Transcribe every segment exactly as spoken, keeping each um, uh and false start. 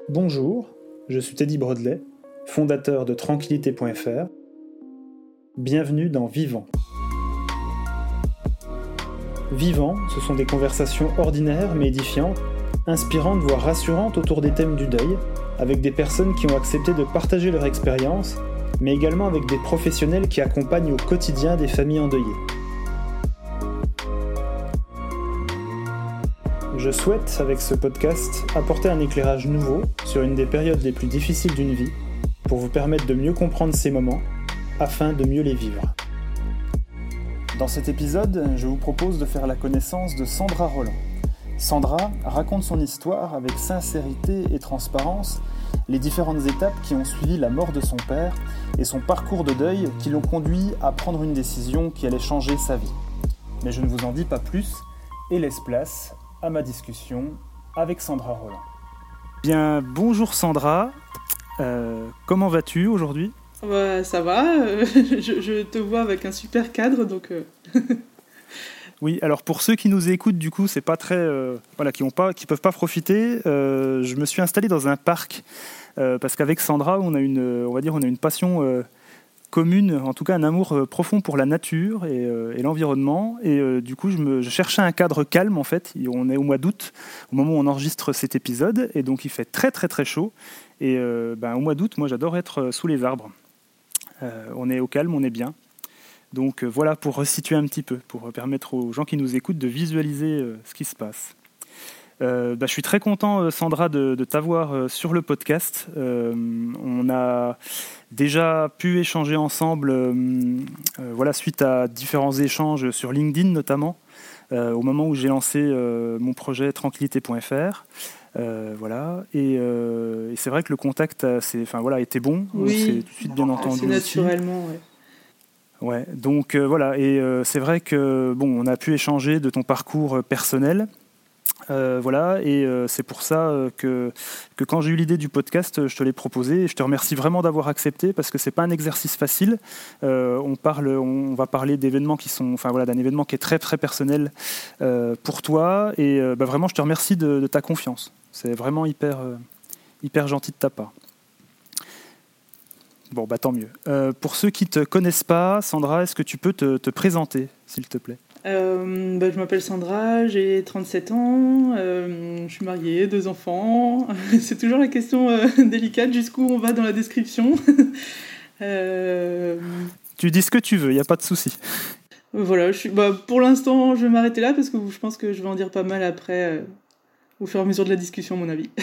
Bonjour, je suis Teddy Brodelet, fondateur de tranquillité point f r. Bienvenue dans Vivant. Vivant, ce sont des conversations ordinaires mais édifiantes, inspirantes voire rassurantes autour des thèmes du deuil, avec des personnes qui ont accepté de partager leur expérience, mais également avec des professionnels qui accompagnent au quotidien des familles endeuillées. Je souhaite, avec ce podcast, apporter un éclairage nouveau sur une des périodes les plus difficiles d'une vie, pour vous permettre de mieux comprendre ces moments, afin de mieux les vivre. Dans cet épisode, je vous propose de faire la connaissance de Sandra Roland. Sandra raconte son histoire avec sincérité et transparence, les différentes étapes qui ont suivi la mort de son père et son parcours de deuil qui l'ont conduit à prendre une décision qui allait changer sa vie. Mais je ne vous en dis pas plus et laisse place à ma discussion avec Sandra Roland. Bien, bonjour Sandra, euh, comment vas-tu aujourd'hui ? Bah, ça va, euh, je, je te vois avec un super cadre, donc... Euh... Oui, alors pour ceux qui nous écoutent, du coup, c'est pas très... Euh, voilà, qui ont pas, qui peuvent pas profiter, euh, je me suis installé dans un parc, euh, parce qu'avec Sandra, on a une, on va dire, on a une passion... Euh, commune, en tout cas un amour euh, profond pour la nature et, euh, et l'environnement. Et euh, du coup, je, me, je cherchais un cadre calme, en fait. On est au mois d'août, au moment où on enregistre cet épisode, et donc il fait très très très chaud. Et euh, ben, au mois d'août, moi j'adore être sous les arbres. Euh, on est au calme, on est bien. Donc euh, voilà, pour resituer un petit peu, pour permettre aux gens qui nous écoutent de visualiser euh, ce qui se passe. Euh, bah, je suis très content, Sandra, de, de t'avoir euh, sur le podcast. Euh, on a déjà pu échanger ensemble, euh, euh, voilà, suite à différents échanges sur LinkedIn notamment, euh, au moment où j'ai lancé euh, mon projet tranquillité point f r. Euh, voilà, et, euh, et c'est vrai que le contact a, c'est, enfin, voilà, était bon. Oui, on s'est tout de suite bien entendu. C'est naturellement, oui. Ouais, donc euh, voilà, et euh, c'est vrai que bon, on a pu échanger de ton parcours personnel. Euh, voilà, et euh, c'est pour ça euh, que, que quand j'ai eu l'idée du podcast, je te l'ai proposé et je te remercie vraiment d'avoir accepté parce que c'est pas un exercice facile. Euh, on parle, on va parler d'événements qui sont, enfin voilà, d'un événement qui est très très personnel euh, pour toi et euh, bah, vraiment je te remercie de, de ta confiance. C'est vraiment hyper euh, hyper gentil de ta part. Bon bah tant mieux. Euh, pour ceux qui te connaissent pas, Sandra, est-ce que tu peux te, te présenter, s'il te plaît ? Euh, bah, je m'appelle Sandra, j'ai trente-sept ans, euh, je suis mariée, deux enfants. C'est toujours la question euh, délicate, jusqu'où on va dans la description. euh... Tu dis ce que tu veux, il n'y a pas de souci. Voilà, je suis, bah, pour l'instant, je vais m'arrêter là parce que je pense que je vais en dire pas mal après, euh, au fur et à mesure de la discussion, à mon avis.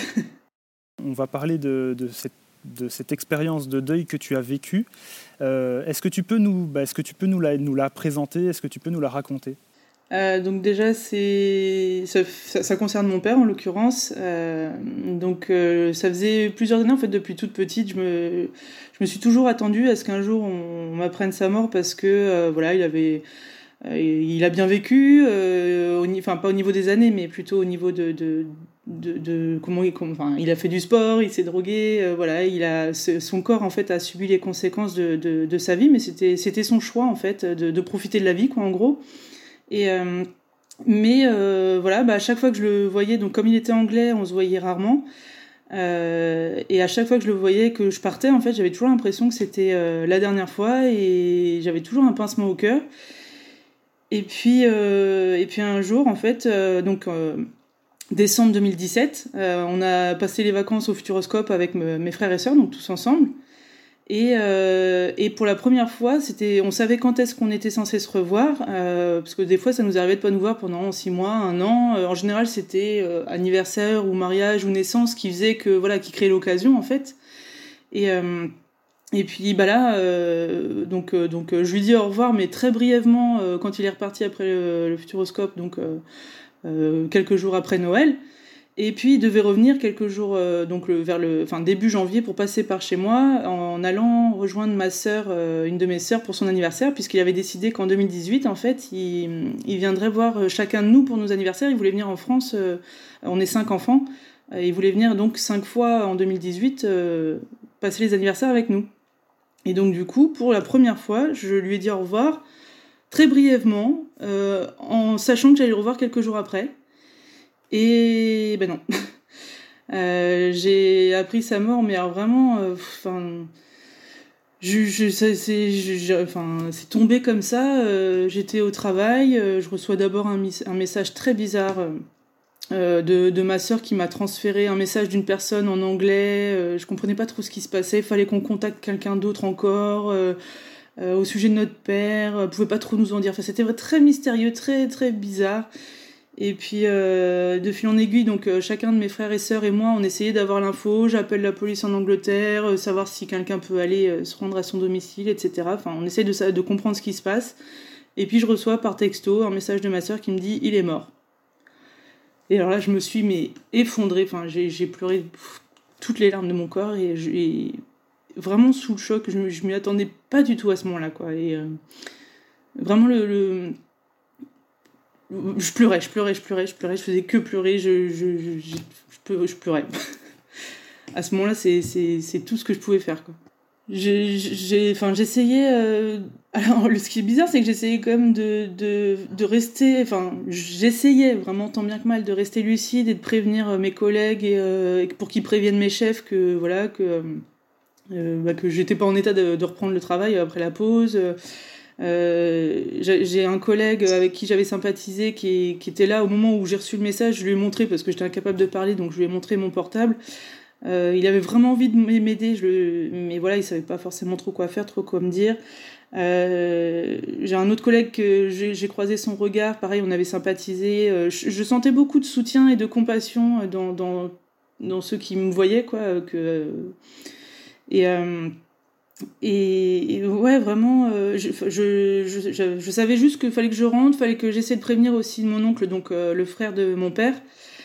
On va parler de, de cette de cette expérience de deuil que tu as vécue. Euh, est-ce que tu peux nous, bah, est-ce que tu peux nous la, nous la présenter ? Est-ce que tu peux nous la raconter ? Euh, donc déjà, c'est... Ça, ça, ça concerne mon père, en l'occurrence. Euh, donc euh, ça faisait plusieurs années, en fait, depuis toute petite, je me, je me suis toujours attendue à ce qu'un jour on, on m'apprenne sa mort parce que, euh, voilà, il avait... Il a bien vécu, euh, au, enfin pas au niveau des années, mais plutôt au niveau de, de, de, de comment il, comment, enfin, il a fait du sport, il s'est drogué, euh, voilà, il a, son corps en fait a subi les conséquences de, de, de sa vie, mais c'était, c'était son choix en fait de, de profiter de la vie, quoi, en gros. Et euh, mais euh, voilà, bah, à chaque fois que je le voyais, donc comme il était anglais, on se voyait rarement. Euh, et à chaque fois que je le voyais, que je partais, en fait, j'avais toujours l'impression que c'était euh, la dernière fois, et j'avais toujours un pincement au cœur. Et puis, euh, et puis un jour, en fait, euh, donc euh, décembre deux mille dix-sept, euh, on a passé les vacances au Futuroscope avec me, mes frères et sœurs, donc tous ensemble. Et, euh, et pour la première fois, c'était, on savait quand est-ce qu'on était censé se revoir, euh, parce que des fois, ça nous arrivait de pas nous voir pendant six mois, un an. Euh, en général, c'était euh, anniversaire ou mariage ou naissance qui faisait que, voilà, qui créait l'occasion, en fait. Et euh, Et puis bah là, euh, donc, euh, donc euh, je lui dis au revoir, mais très brièvement euh, quand il est reparti après le, le Futuroscope, donc euh, euh, quelques jours après Noël. Et puis il devait revenir quelques jours, euh, donc le, vers le, enfin début janvier, pour passer par chez moi, en allant rejoindre ma sœur, euh, une de mes sœurs pour son anniversaire, puisqu'il avait décidé qu'en deux mille dix-huit, en fait, il, il viendrait voir chacun de nous pour nos anniversaires. Il voulait venir en France. Euh, on est cinq enfants. Euh, il voulait venir donc cinq fois en deux mille dix-huit euh, passer les anniversaires avec nous. Et donc du coup, pour la première fois, je lui ai dit au revoir, très brièvement, euh, en sachant que j'allais le revoir quelques jours après. Et ben non. Euh, j'ai appris sa mort, mais alors vraiment, enfin, euh, je, je, c'est, c'est, je, enfin, c'est tombé comme ça. Euh, j'étais au travail, euh, je reçois d'abord un, un message très bizarre euh, de, de ma sœur qui m'a transféré un message d'une personne en anglais. Euh, je comprenais pas trop ce qui se passait. Il fallait qu'on contacte quelqu'un d'autre encore euh, euh, au sujet de notre père. Euh, pouvait pas trop nous en dire. Enfin, c'était très mystérieux, très très bizarre. Et puis, euh, de fil en aiguille, donc euh, chacun de mes frères et sœurs et moi, on essayait d'avoir l'info. J'appelle la police en Angleterre, euh, savoir si quelqu'un peut aller euh, se rendre à son domicile, et cetera. Enfin, on essaie de, de comprendre ce qui se passe. Et puis, je reçois par texto un message de ma sœur qui me dit « Il est mort ». Et alors là, je me suis mais, effondrée. Enfin, j'ai, j'ai pleuré pff, toutes les larmes de mon corps et j'ai vraiment sous le choc. Je, je m'y attendais pas du tout à ce moment-là, quoi. Et euh, vraiment le... le Je pleurais, je pleurais, je pleurais, je pleurais, je faisais que pleurer, je, je, je, je, je, je pleurais. À ce moment-là, c'est, c'est, c'est tout ce que je pouvais faire, quoi. J'ai, j'ai, enfin, j'essayais... Euh... Alors, ce qui est bizarre, c'est que j'essayais quand même de, de, de rester... Enfin, j'essayais vraiment tant bien que mal de rester lucide et de prévenir mes collègues et, euh, pour qu'ils préviennent mes chefs que, voilà, que, euh, bah, que j'étais pas en état de, de reprendre le travail après la pause... Euh, j'ai un collègue avec qui j'avais sympathisé qui, qui était là au moment où j'ai reçu le message. Je lui ai montré parce que j'étais incapable de parler, donc je lui ai montré mon portable. Euh, il avait vraiment envie de m'aider, je le, mais voilà, il savait pas forcément trop quoi faire, trop quoi me dire. Euh, j'ai un autre collègue que j'ai, j'ai croisé son regard, pareil, on avait sympathisé. Euh, je, je sentais beaucoup de soutien et de compassion dans, dans, dans ceux qui me voyaient, quoi. Que, et euh, Et, et ouais, vraiment, euh, je, je, je, je, je savais juste qu'il fallait que je rentre, fallait que j'essaie de prévenir aussi mon oncle, donc euh, le frère de mon père.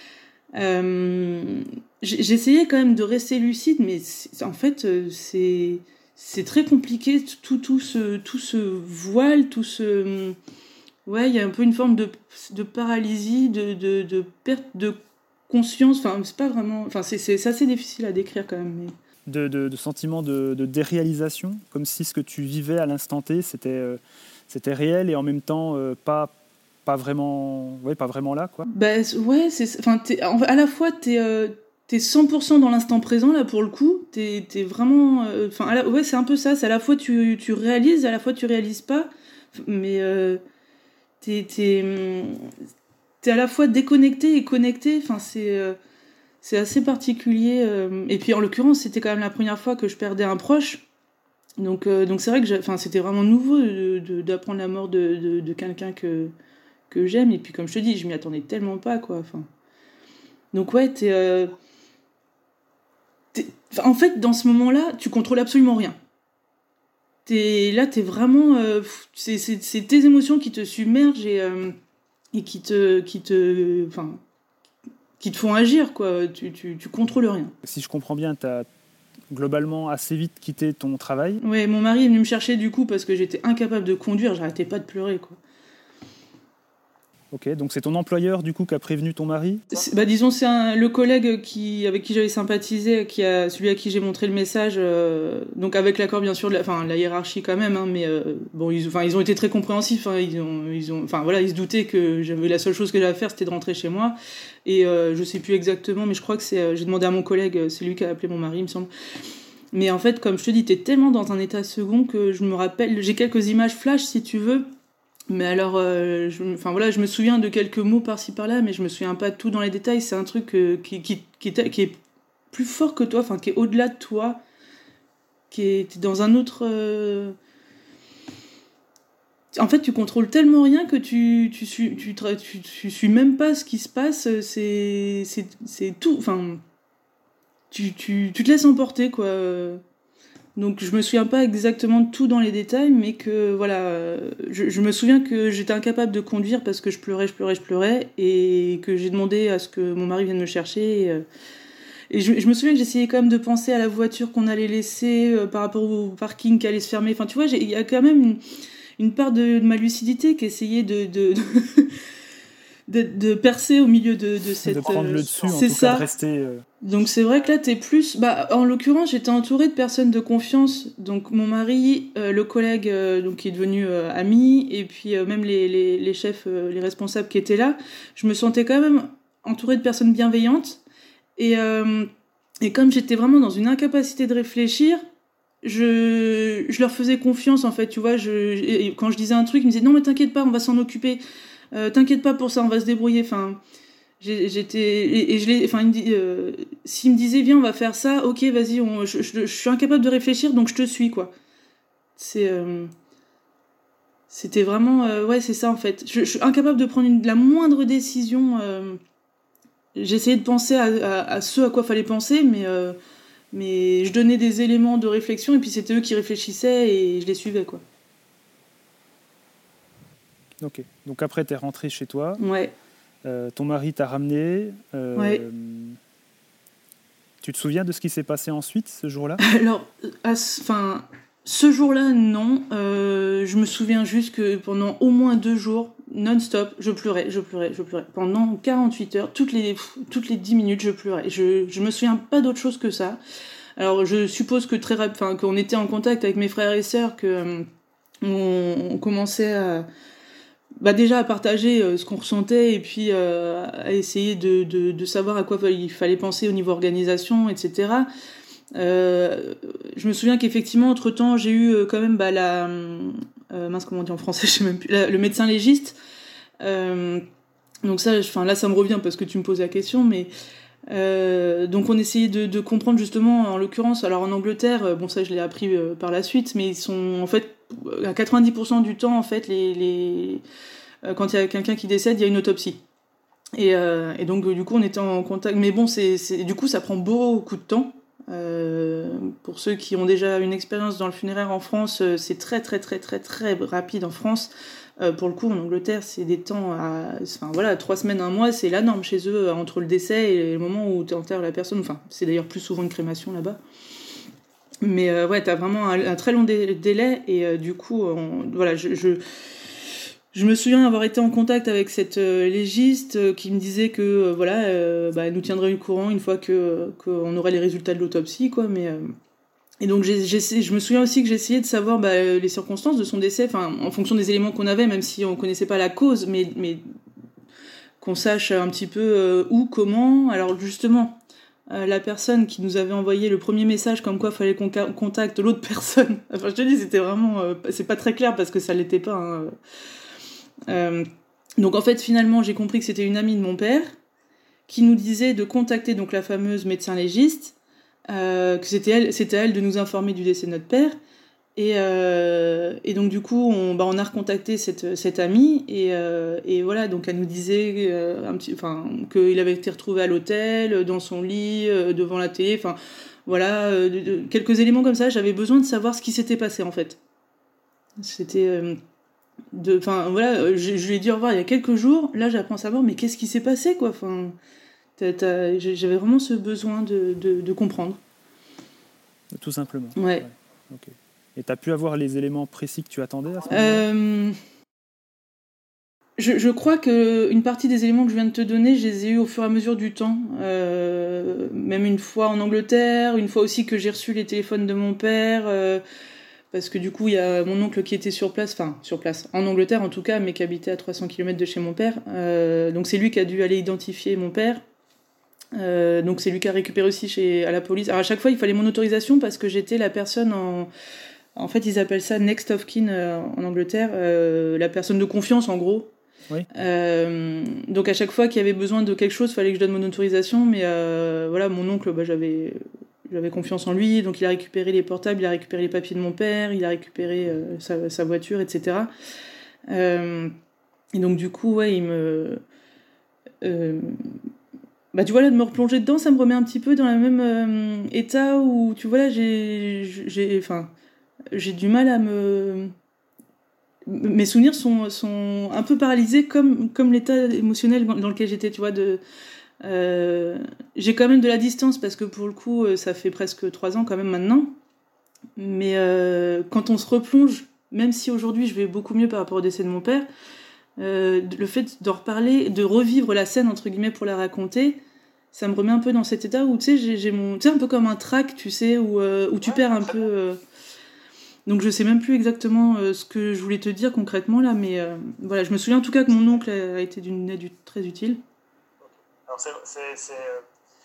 Euh, j'essayais quand même de rester lucide, mais en fait, c'est, c'est très compliqué, tout, tout, ce, tout ce voile, tout ce... Ouais, il y a un peu une forme de, de paralysie, de, de, de perte de conscience, enfin, c'est pas vraiment... Enfin, c'est, c'est, c'est assez difficile à décrire quand même, mais... De, de, de sentiment de, de déréalisation, comme si ce que tu vivais à l'instant T, c'était, euh, c'était réel et en même temps euh, pas, pas, vraiment, ouais, pas vraiment là, quoi. Bah, ouais, c'est, enfin, à la fois, t'es, euh, t'es cent pour cent dans l'instant présent, là, pour le coup. T'es, t'es vraiment... Enfin, euh, ouais, c'est un peu ça. C'est à la fois, tu, tu réalises, à la fois, tu réalises pas. Mais euh, t'es, t'es, t'es à la fois déconnecté et connecté. Enfin, c'est... Euh, C'est assez particulier. Euh, et puis en l'occurrence, c'était quand même la première fois que je perdais un proche. Donc, euh, donc c'est vrai que c'était vraiment nouveau de, de, d'apprendre la mort de, de, de quelqu'un que, que j'aime. Et puis comme je te dis, je m'y attendais tellement pas, quoi. Enfin, donc ouais, t'es, euh, t'es... En fait, dans ce moment-là, tu contrôles absolument rien. T'es, là, t'es vraiment... Euh, c'est, c'est, c'est tes émotions qui te submergent et, euh, et qui te... Qui te enfin, qui te font agir, quoi. Tu, tu, tu contrôles rien. Si je comprends bien, tu as globalement assez vite quitté ton travail. Ouais, mon mari est venu me chercher du coup parce que j'étais incapable de conduire, j'arrêtais pas de pleurer, quoi. Ok, donc c'est ton employeur du coup qui a prévenu ton mari ? Bah disons c'est un, le collègue qui avec qui j'avais sympathisé, qui a celui à qui j'ai montré le message, euh, donc avec l'accord bien sûr de la, enfin la hiérarchie quand même, hein, mais euh, bon ils, enfin ils ont été très compréhensifs, hein, ils ont, ils ont, enfin voilà ils se doutaient que j'avais la seule chose que j'avais à faire c'était de rentrer chez moi et euh, je sais plus exactement, mais je crois que c'est, euh, j'ai demandé à mon collègue, c'est lui qui a appelé mon mari il me semble. Mais en fait comme je te dis t'es tellement dans un état second que je me rappelle, j'ai quelques images flash si tu veux. Mais alors, euh, je, enfin voilà, je me souviens de quelques mots par-ci par-là, mais je me souviens pas de tout dans les détails. C'est un truc euh, qui, qui, qui, est, qui est plus fort que toi, enfin qui est au-delà de toi, qui est dans un autre. Euh... En fait, tu contrôles tellement rien que tu tu suis tu, tu, tu, tu suis même pas ce qui se passe. C'est c'est c'est tout. Enfin, tu tu tu te laisses emporter, quoi. Donc je me souviens pas exactement de tout dans les détails, mais que voilà, je, je me souviens que j'étais incapable de conduire parce que je pleurais, je pleurais, je pleurais, et que j'ai demandé à ce que mon mari vienne me chercher. Et, et je, je me souviens que j'essayais quand même de penser à la voiture qu'on allait laisser euh, par rapport au parking qui allait se fermer. Enfin tu vois, il y a quand même une, une part de, de ma lucidité qui essayait de... de, de De, de percer au milieu de, de cette... De prendre le dessus, euh, en c'est tout ça. cas, de rester... Euh... Donc c'est vrai que là, t'es plus... Bah, en l'occurrence, j'étais entourée de personnes de confiance. Donc mon mari, euh, le collègue euh, donc, qui est devenu euh, ami, et puis euh, même les, les, les chefs, euh, les responsables qui étaient là, je me sentais quand même entourée de personnes bienveillantes. Et, euh, et comme j'étais vraiment dans une incapacité de réfléchir, je, je leur faisais confiance, en fait, tu vois. Je, quand je disais un truc, ils me disaient « Non, mais t'inquiète pas, on va s'en occuper. Euh, t'inquiète pas pour ça, on va se débrouiller. » Enfin, j'étais... Et, et je les, enfin, euh, s'ils me disaient « Viens, on va faire ça. » Ok, vas-y, on, je, je, je suis incapable de réfléchir, donc je te suis, quoi. C'est... Euh, c'était vraiment... Euh, ouais, c'est ça, en fait. Je, je suis incapable de prendre une, la moindre décision... Euh, J'essayais de penser à, à, à ce à quoi fallait penser, mais, euh, mais je donnais des éléments de réflexion et puis c'était eux qui réfléchissaient et je les suivais, quoi. Ok. Donc après, t'es rentrée chez toi. Ouais. Euh, ton mari t'a ramené. Euh, ouais. Tu te souviens de ce qui s'est passé ensuite, ce jour-là ? Alors, enfin, ce jour-là, non. Euh, je me souviens juste que pendant au moins deux jours, non-stop, je pleurais, je pleurais, je pleurais. Pendant quarante-huit heures, toutes les, toutes les dix minutes, je pleurais. Je, je me souviens pas d'autre chose que ça. Alors, je suppose que très rapide, enfin, qu'on était en contact avec mes frères et sœurs, que euh, on, on commençait à, bah déjà à partager euh, ce qu'on ressentait et puis euh, à essayer de, de, de savoir à quoi il fallait penser au niveau organisation, et cetera. Euh, je me souviens qu'effectivement, entre-temps, j'ai eu euh, quand même bah, la... Euh, mince, comment on dit en français, je sais même plus, la, le médecin légiste. Euh, donc ça, enfin là, ça me revient parce que tu me poses la question, mais euh, donc on essayait de, de comprendre justement, en l'occurrence, alors en Angleterre, bon ça je l'ai appris euh, par la suite, mais ils sont en fait à quatre-vingt-dix pour cent du temps en fait, les, les euh, quand il y a quelqu'un qui décède, il y a une autopsie. Et, euh, et donc du coup on était en contact, mais bon c'est, c'est du coup ça prend beaucoup de temps. Euh, pour ceux qui ont déjà une expérience dans le funéraire en France, euh, c'est très très très très très rapide en France. Euh, pour le coup, en Angleterre, c'est des temps à, enfin voilà, trois semaines, un mois, c'est la norme chez eux entre le décès et le moment où tu enterres la personne. Enfin, c'est d'ailleurs plus souvent une crémation là-bas. Mais euh, ouais, t'as vraiment un, un très long délai et euh, du coup, on, voilà, je, je Je me souviens avoir été en contact avec cette euh, légiste euh, qui me disait que euh, voilà, euh, bah, elle nous tiendrait au courant une fois que qu'on aurait les résultats de l'autopsie, quoi. Mais euh, et donc j'ai, j'ai, je me souviens aussi que j'essayais de savoir bah, les circonstances de son décès, enfin en fonction des éléments qu'on avait, même si on connaissait pas la cause, mais mais qu'on sache un petit peu euh, où, comment. Alors justement, euh, la personne qui nous avait envoyé le premier message comme quoi fallait qu'on ca- contacte l'autre personne. Enfin je te dis, c'était vraiment, euh, c'est pas très clair parce que ça l'était pas. Hein. Euh, donc en fait finalement j'ai compris que c'était une amie de mon père qui nous disait de contacter donc la fameuse médecin légiste, euh, que c'était elle, c'était à elle de nous informer du décès de notre père et, euh, et donc du coup on, bah, on a recontacté cette, cette amie et, euh, et voilà donc elle nous disait euh, un petit, enfin, qu'il avait été retrouvé à l'hôtel dans son lit euh, devant la télé, enfin voilà euh, de, de, quelques éléments comme ça. J'avais besoin de savoir ce qui s'était passé en fait. C'était euh, de enfin voilà je, je lui ai dit au revoir il y a quelques jours, là j'apprends à savoir mais qu'est-ce qui s'est passé quoi, enfin t'as, t'as, j'avais vraiment ce besoin de, de, de comprendre tout simplement. ouais, ouais. Okay. Et t'as pu avoir les éléments précis que tu attendais à ce moment-là? euh, je, je crois que une partie des éléments que je viens de te donner je les ai eus au fur et à mesure du temps, euh, même une fois en Angleterre, une fois aussi que j'ai reçu les téléphones de mon père, euh, parce que du coup il y a mon oncle qui était sur place, enfin sur place, en Angleterre en tout cas, mais qui habitait à trois cents kilomètres de chez mon père, euh, donc c'est lui qui a dû aller identifier mon père, euh, donc c'est lui qui a récupéré aussi chez, à la police. Alors à chaque fois il fallait mon autorisation parce que j'étais la personne en... En fait ils appellent ça next of kin euh, en Angleterre, euh, la personne de confiance en gros. Oui. Euh, donc à chaque fois qu'il y avait besoin de quelque chose, il fallait que je donne mon autorisation, mais euh, voilà, mon oncle, bah, j'avais... J'avais confiance en lui, donc il a récupéré les portables, il a récupéré les papiers de mon père, il a récupéré euh, sa, sa voiture, et cetera. Euh, et donc du coup, ouais, il me... Euh, bah tu vois, là, de me replonger dedans, ça me remet un petit peu dans le même euh, état où, tu vois, là, j'ai... j'ai enfin, j'ai du mal à me... Mes souvenirs sont, sont un peu paralysés comme, comme l'état émotionnel dans lequel j'étais, tu vois, de... Euh, j'ai quand même de la distance parce que pour le coup ça fait presque trois ans quand même maintenant, mais euh, quand on se replonge, même si aujourd'hui je vais beaucoup mieux par rapport au décès de mon père, euh, le fait de reparler, de revivre la scène entre guillemets pour la raconter, ça me remet un peu dans cet état où tu sais j'ai, j'ai mon, tu sais un peu comme un trac, tu sais, où, euh, où tu perds un peu euh... donc je sais même plus exactement euh, ce que je voulais te dire concrètement là, mais euh, voilà, je me souviens en tout cas que mon oncle a été d'une aide très utile. Alors c'est, c'est, c'est,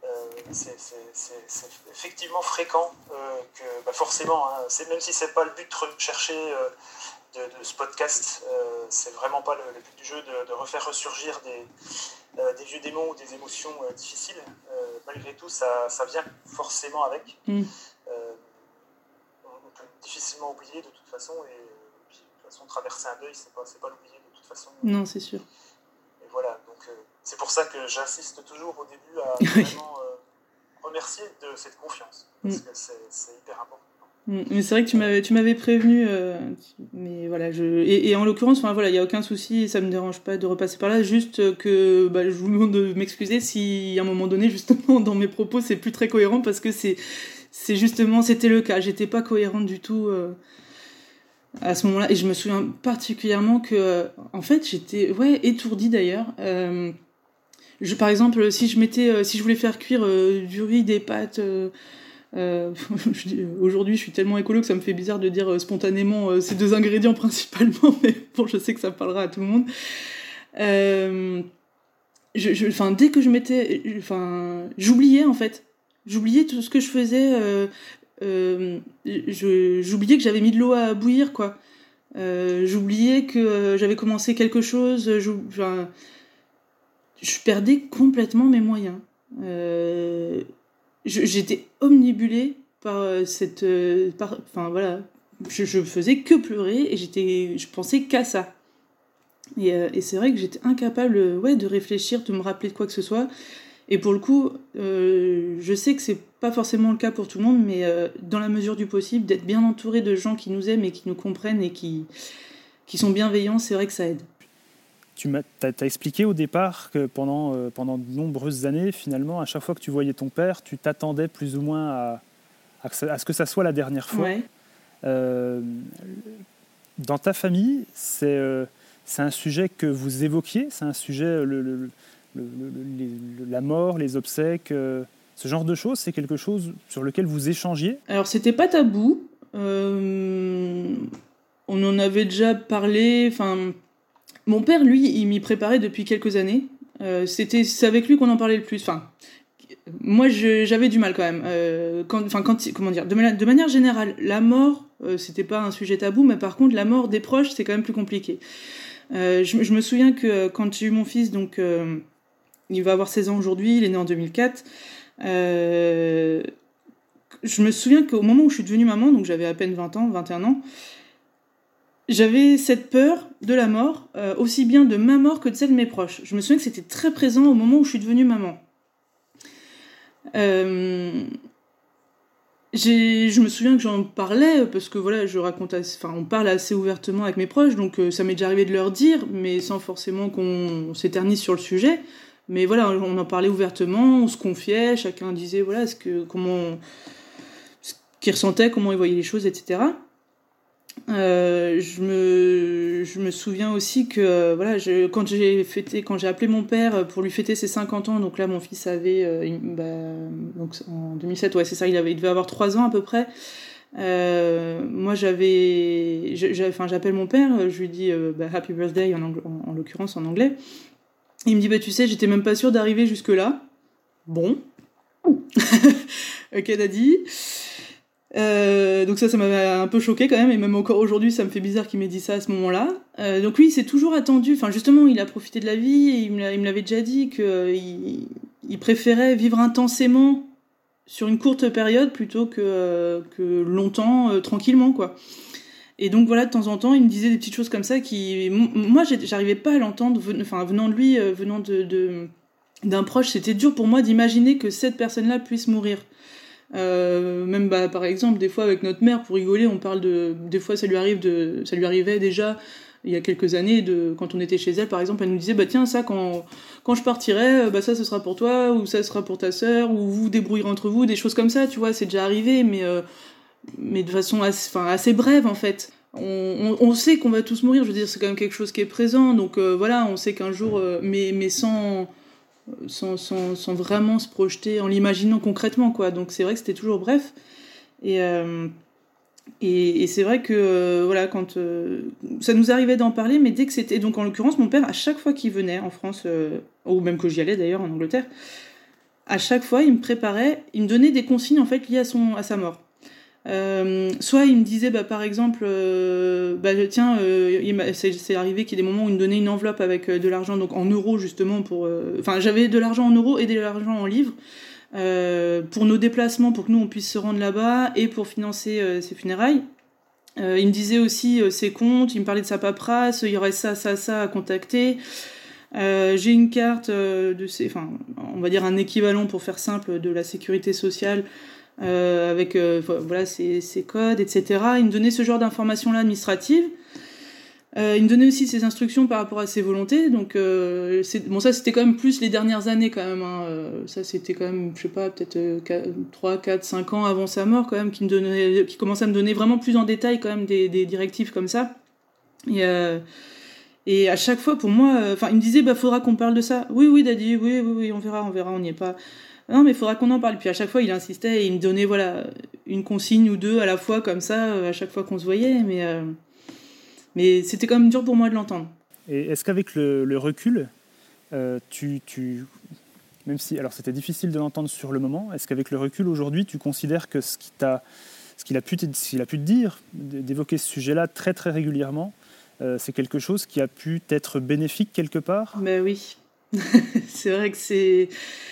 Euh, c'est, c'est, c'est, c'est effectivement fréquent euh, que bah forcément, hein, c'est, même si c'est pas le but de rechercher euh, de, de ce podcast, euh, c'est vraiment pas le, le but du jeu de, de refaire ressurgir des, euh, des vieux démons ou des émotions euh, difficiles. Euh, malgré tout, ça, ça vient forcément avec. Mm. Euh, on, on peut difficilement oublier de toute façon, et euh, puis, de toute façon traverser un deuil, c'est pas, c'est pas l'oublier de toute façon. Non, c'est sûr. Et voilà, donc euh, c'est pour ça que j'insiste toujours au début à vraiment euh, remercier de cette confiance, parce mm. que c'est, c'est hyper important. Mais c'est vrai que tu m'avais, tu m'avais prévenu, euh, mais voilà, je, et, et en l'occurrence, enfin voilà, il y a aucun souci, ça me dérange pas de repasser par là, juste que bah, je vous demande de m'excuser si à un moment donné, justement, dans mes propos, c'est plus très cohérent, parce que c'est, c'est justement, c'était le cas, j'étais pas cohérente du tout euh, à ce moment-là, et je me souviens particulièrement que, euh, en fait, j'étais, ouais, étourdie d'ailleurs. Euh, je, par exemple, si je mettais, euh, si je voulais faire cuire euh, du riz, des pâtes. Euh, Euh, je dis, aujourd'hui je suis tellement écolo que ça me fait bizarre de dire euh, spontanément euh, ces deux ingrédients principalement, mais bon, je sais que ça parlera à tout le monde. Euh, je, je, dès que je mettais, enfin, j'oubliais en fait, j'oubliais tout ce que je faisais, euh, euh, je, j'oubliais que j'avais mis de l'eau à bouillir, quoi. Euh, j'oubliais que euh, j'avais commencé quelque chose, je, je perdais complètement mes moyens. Euh, Je, j'étais omnibulée par cette... Euh, par, enfin, voilà. Je, je faisais que pleurer et j'étais, je pensais qu'à ça. Et, euh, et c'est vrai que j'étais incapable ouais, de réfléchir, de me rappeler de quoi que ce soit. Et pour le coup, euh, je sais que c'est pas forcément le cas pour tout le monde, mais euh, dans la mesure du possible, d'être bien entouré de gens qui nous aiment et qui nous comprennent et qui, qui sont bienveillants, c'est vrai que ça aide. Tu m'as t'as, t'as expliqué au départ que pendant, euh, pendant de nombreuses années, finalement, à chaque fois que tu voyais ton père, tu t'attendais plus ou moins à, à, que, ça, à ce que ça soit la dernière fois. Ouais. Euh, dans ta famille, c'est, euh, c'est un sujet que vous évoquiez, c'est un sujet, le, le, le, le, le, la mort, les obsèques, euh, ce genre de choses, c'est quelque chose sur lequel vous échangiez? Alors, c'était pas tabou. Euh, on en avait déjà parlé, enfin... Mon père, lui, il m'y préparait depuis quelques années. Euh, c'était, c'est avec lui qu'on en parlait le plus. Enfin, moi, je, j'avais du mal quand même. Euh, quand, enfin, quand, comment dire, de, de manière générale, la mort, euh, c'était pas un sujet tabou, mais par contre, la mort des proches, c'est quand même plus compliqué. Euh, je, je me souviens que quand j'ai eu mon fils, donc, euh, il va avoir seize ans aujourd'hui, il est né en deux mille quatre. Euh, je me souviens qu'au moment où je suis devenue maman, donc j'avais à peine vingt ans, vingt et un ans, j'avais cette peur de la mort, euh, aussi bien de ma mort que de celle de mes proches. Je me souviens que c'était très présent au moment où je suis devenue maman. Euh, j'ai, je me souviens que j'en parlais, parce que voilà, je raconte assez, enfin, on parle assez ouvertement avec mes proches, donc euh, ça m'est déjà arrivé de leur dire, mais sans forcément qu'on s'éternise sur le sujet. Mais voilà, on en parlait ouvertement, on se confiait, chacun disait voilà, ce que, comment, ce qu'il ressentait, comment il voyait les choses, et cetera. Euh, je me je me souviens aussi que euh, voilà je, quand j'ai fêté quand j'ai appelé mon père pour lui fêter ses cinquante ans, donc là mon fils avait euh, bah, donc en deux mille sept, ouais c'est ça, il avait il devait avoir trois ans à peu près. Euh, moi j'avais enfin j'appelle mon père, je lui dis euh, bah, happy birthday en, angl- en, en l'occurrence en anglais. Il me dit bah tu sais, j'étais même pas sûre d'arriver jusque là. Bon. Ok, daddy. Euh, donc ça, ça m'avait un peu choqué quand même, et même encore aujourd'hui, ça me fait bizarre qu'il m'ait dit ça à ce moment-là. Euh, donc oui, il s'est toujours attendu, enfin justement, il a profité de la vie, et il me, il me l'avait déjà dit qu'il euh, il préférait vivre intensément sur une courte période plutôt que, euh, que longtemps, euh, tranquillement, quoi. Et donc voilà, de temps en temps, il me disait des petites choses comme ça qui... Moi, j'arrivais pas à l'entendre, enfin venant de lui, euh, venant de, de, d'un proche, c'était dur pour moi d'imaginer que cette personne-là puisse mourir. Euh, même bah, par exemple des fois avec notre mère, pour rigoler, on parle de des fois ça lui arrive de ça lui arrivait déjà il y a quelques années, de quand on était chez elle par exemple, elle nous disait bah tiens ça quand quand je partirai, bah ça ce sera pour toi, ou ça sera pour ta sœur, ou vous vous débrouillerez entre vous, des choses comme ça, tu vois, c'est déjà arrivé, mais euh, mais de façon assez, enfin assez brève en fait. On, on, on sait qu'on va tous mourir, je veux dire, c'est quand même quelque chose qui est présent, donc euh, voilà, on sait qu'un jour, euh, mais mais sans Sans, sans, sans vraiment se projeter en l'imaginant concrètement, quoi. Donc c'est vrai que c'était toujours bref, et, euh, et, et c'est vrai que euh, voilà, quand euh, ça nous arrivait d'en parler, mais dès que c'était, donc en l'occurrence mon père, à chaque fois qu'il venait en France, euh, ou même que j'y allais d'ailleurs en Angleterre, à chaque fois, il me préparait, il me donnait des consignes en fait liées à, son, à sa mort. Euh, soit il me disait, bah, par exemple, euh, bah, tiens, euh, il m'a, c'est, c'est arrivé qu'il y ait des moments où il me donnait une enveloppe avec euh, de l'argent, donc en euros justement, pour, euh, enfin j'avais de l'argent en euros et de l'argent en livres, euh, pour nos déplacements, pour que nous on puisse se rendre là-bas et pour financer euh, ses funérailles. Euh, il me disait aussi euh, ses comptes, il me parlait de sa paperasse, il y aurait ça, ça, ça à contacter. Euh, j'ai une carte euh, de ces, enfin, on va dire un équivalent pour faire simple de la sécurité sociale euh, avec euh, voilà ses, ses codes, et cetera. Il me donnait ce genre d'informations-là administratives. Euh, il me donnait aussi ses instructions par rapport à ses volontés. Donc euh, c'est, bon, ça c'était quand même plus les dernières années quand même. Hein. Euh, ça c'était quand même, je sais pas, peut-être euh, trois, quatre, cinq ans avant sa mort quand même, qui me donnait, qui commençait à me donner vraiment plus en détail quand même des, des directives comme ça. Et euh, Et à chaque fois, pour moi, enfin, euh, il me disait, bah, faudra qu'on parle de ça. Oui, oui, Daddy, oui, oui, oui, on verra, on verra, on n'y est pas. Non, mais faudra qu'on en parle. Puis à chaque fois, il insistait et il me donnait, voilà, une consigne ou deux à la fois, comme ça, euh, à chaque fois qu'on se voyait. Mais, euh, mais c'était quand même dur pour moi de l'entendre. Et est-ce qu'avec le, le recul, euh, tu, tu, même si, alors c'était difficile de l'entendre sur le moment, est-ce qu'avec le recul aujourd'hui, tu considères que ce, qui t'a, ce qu'il a pu, ce qu'il a pu te dire, d'évoquer ce sujet-là très très régulièrement, Euh, c'est quelque chose qui a pu être bénéfique quelque part ? Ben oui, c'est vrai que c'est...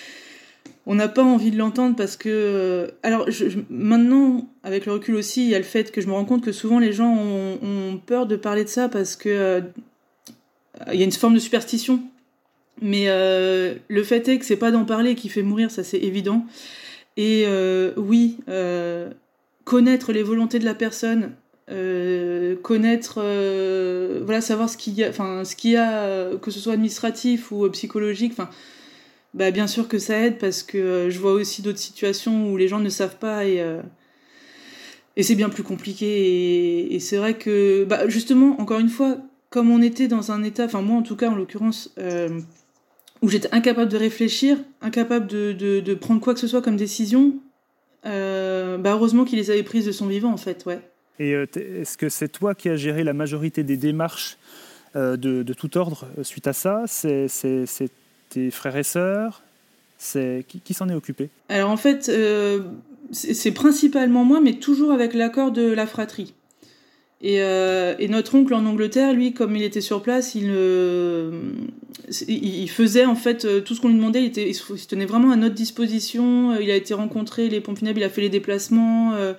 On n'a pas envie de l'entendre parce que... Alors je, je, maintenant, avec le recul aussi, il y a le fait que je me rends compte que souvent les gens ont, ont peur de parler de ça parce que euh, il y a une forme de superstition. Mais euh, le fait est que c'est pas d'en parler qui fait mourir, ça c'est évident. Et euh, oui, euh, connaître les volontés de la personne... Euh, connaître, euh, voilà, savoir ce qu'il y a, enfin ce qu'il y a, euh, que ce soit administratif ou euh, psychologique, enfin, bah bien sûr que ça aide parce que euh, je vois aussi d'autres situations où les gens ne savent pas et euh, et c'est bien plus compliqué et, et c'est vrai que, bah justement, encore une fois, comme on était dans un état, enfin moi en tout cas en l'occurrence, euh, où j'étais incapable de réfléchir, incapable de, de, de prendre quoi que ce soit comme décision, euh, bah heureusement qu'il les avait prises de son vivant en fait, ouais. Et euh, est-ce que c'est toi qui as géré la majorité des démarches euh, de, de tout ordre euh, suite à ça ? c'est, c'est, c'est tes frères et sœurs ? C'est, qui, qui s'en est occupé ? Alors en fait, euh, c'est, c'est principalement moi, mais toujours avec l'accord de la fratrie. Et, euh, et notre oncle en Angleterre, lui, comme il était sur place, il, euh, il faisait en fait tout ce qu'on lui demandait. Il, était, il se tenait vraiment à notre disposition. Il a été rencontré les pompes funèbres, il a fait les déplacements. Euh,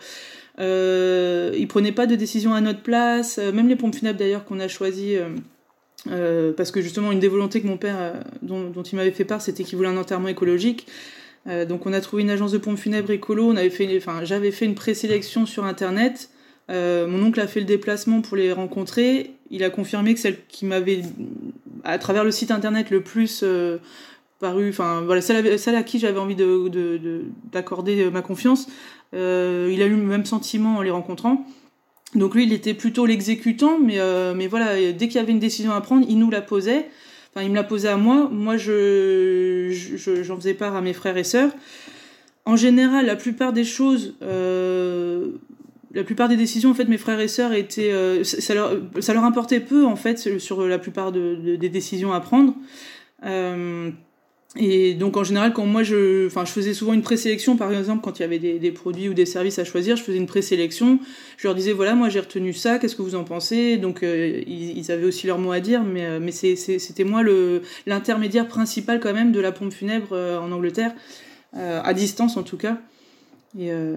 Euh, il prenait pas de décision à notre place, euh, même les pompes funèbres d'ailleurs qu'on a choisies, euh, euh, parce que justement une des volontés que mon père, euh, dont, dont il m'avait fait part, c'était qu'il voulait un enterrement écologique. Euh, donc on a trouvé une agence de pompes funèbres écolo, on avait fait, enfin j'avais fait une présélection sur internet. Euh, mon oncle a fait le déplacement pour les rencontrer. Il a confirmé que celle qui m'avait, à travers le site internet, le plus euh, paru, enfin voilà, celle, celle à qui j'avais envie de, de, de, d'accorder ma confiance. Euh, il a eu le même sentiment en les rencontrant. Donc lui, il était plutôt l'exécutant, mais, euh, mais voilà, dès qu'il y avait une décision à prendre, il nous la posait. Enfin, il me la posait à moi. Moi, je, je, j'en faisais part à mes frères et sœurs. En général, la plupart des choses, euh, la plupart des décisions, en fait, mes frères et sœurs étaient, euh, ça, leur, ça leur importait peu, en fait, sur la plupart de, de, des décisions à prendre. Euh, Et donc en général, quand moi je, enfin je faisais souvent une présélection, par exemple quand il y avait des, des produits ou des services à choisir, je faisais une présélection. Je leur disais voilà, moi j'ai retenu ça, qu'est-ce que vous en pensez ? Donc euh, ils, ils avaient aussi leur mot à dire, mais euh, mais c'est, c'est, c'était moi le l'intermédiaire principal quand même de la pompe funèbre euh, en Angleterre, euh, à distance en tout cas. Et euh,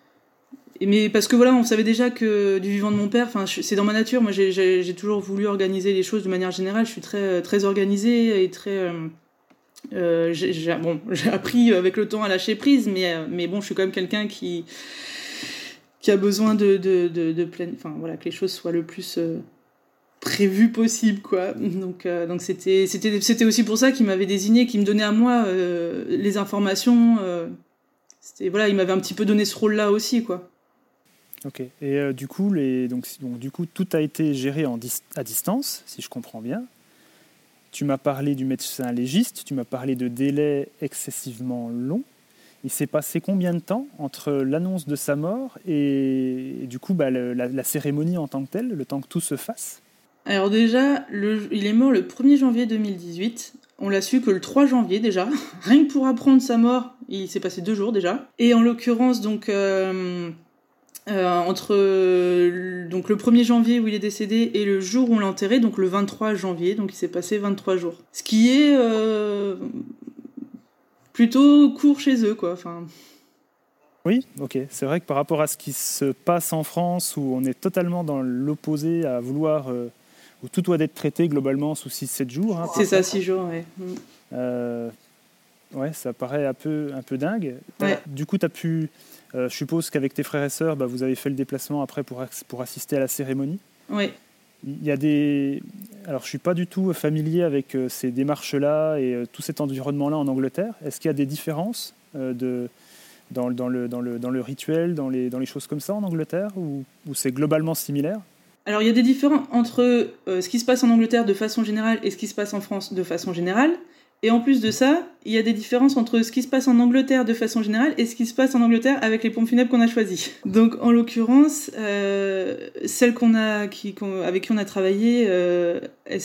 mais parce que voilà, on savait déjà que du vivant de mon père, enfin c'est dans ma nature. Moi j'ai, j'ai j'ai toujours voulu organiser les choses de manière générale. Je suis très très organisée et très euh, Euh, j'ai, j'ai, bon, j'ai appris avec le temps à lâcher prise, mais, mais bon, je suis quand même quelqu'un qui, qui a besoin de, de, de, de pleine, enfin voilà, que les choses soient le plus euh, prévues possible, quoi. Donc, euh, donc c'était, c'était, c'était aussi pour ça qu'il m'avait désigné, qu'il me donnait à moi euh, les informations. Euh, c'était, voilà, il m'avait un petit peu donné ce rôle-là aussi, quoi. Ok. Et euh, du coup, les, donc, donc du coup, tout a été géré en dis- à distance, si je comprends bien. Tu m'as parlé du médecin légiste, tu m'as parlé de délais excessivement longs. Il s'est passé combien de temps entre l'annonce de sa mort et, et du coup bah, le, la, la cérémonie en tant que telle, le temps que tout se fasse ? Alors déjà, le, il est mort le premier janvier deux mille dix-huit. on l'a su que le trois janvier déjà. Rien que pour apprendre sa mort, il s'est passé deux jours déjà. Et en l'occurrence, donc, euh, euh, entre euh, donc, le premier janvier où il est décédé et le jour où on l'a enterré, donc le vingt-trois janvier, donc il s'est passé vingt-trois jours. Ce qui est euh, plutôt court chez eux, quoi. Enfin... Oui, ok. C'est vrai que par rapport à ce qui se passe en France, où on est totalement dans l'opposé à vouloir... Euh, où tout doit être traité globalement sous six sept jours. Hein, c'est ça, six jours, oui. Euh, ouais, ça paraît un peu, un peu dingue. Ouais. Du coup, tu as pu... Euh, je suppose qu'avec tes frères et sœurs, bah, vous avez fait le déplacement après pour, pour assister à la cérémonie. Oui. Il y a des... Alors, je ne suis pas du tout familier avec euh, ces démarches-là et euh, tout cet environnement-là en Angleterre. Est-ce qu'il y a des différences euh, de... Dans, dans, le, dans, le, dans le rituel, dans les, dans les choses comme ça en Angleterre, ou, ou c'est globalement similaire ? Alors il y a des différences entre euh, ce qui se passe en Angleterre de façon générale et ce qui se passe en France de façon générale. Et en plus de ça, il y a des différences entre ce qui se passe en Angleterre de façon générale et ce qui se passe en Angleterre avec les pompes funèbres qu'on a choisies. Donc en l'occurrence, euh, celles qu'on a, qui, qu'on, avec qui on a travaillé, euh, elles,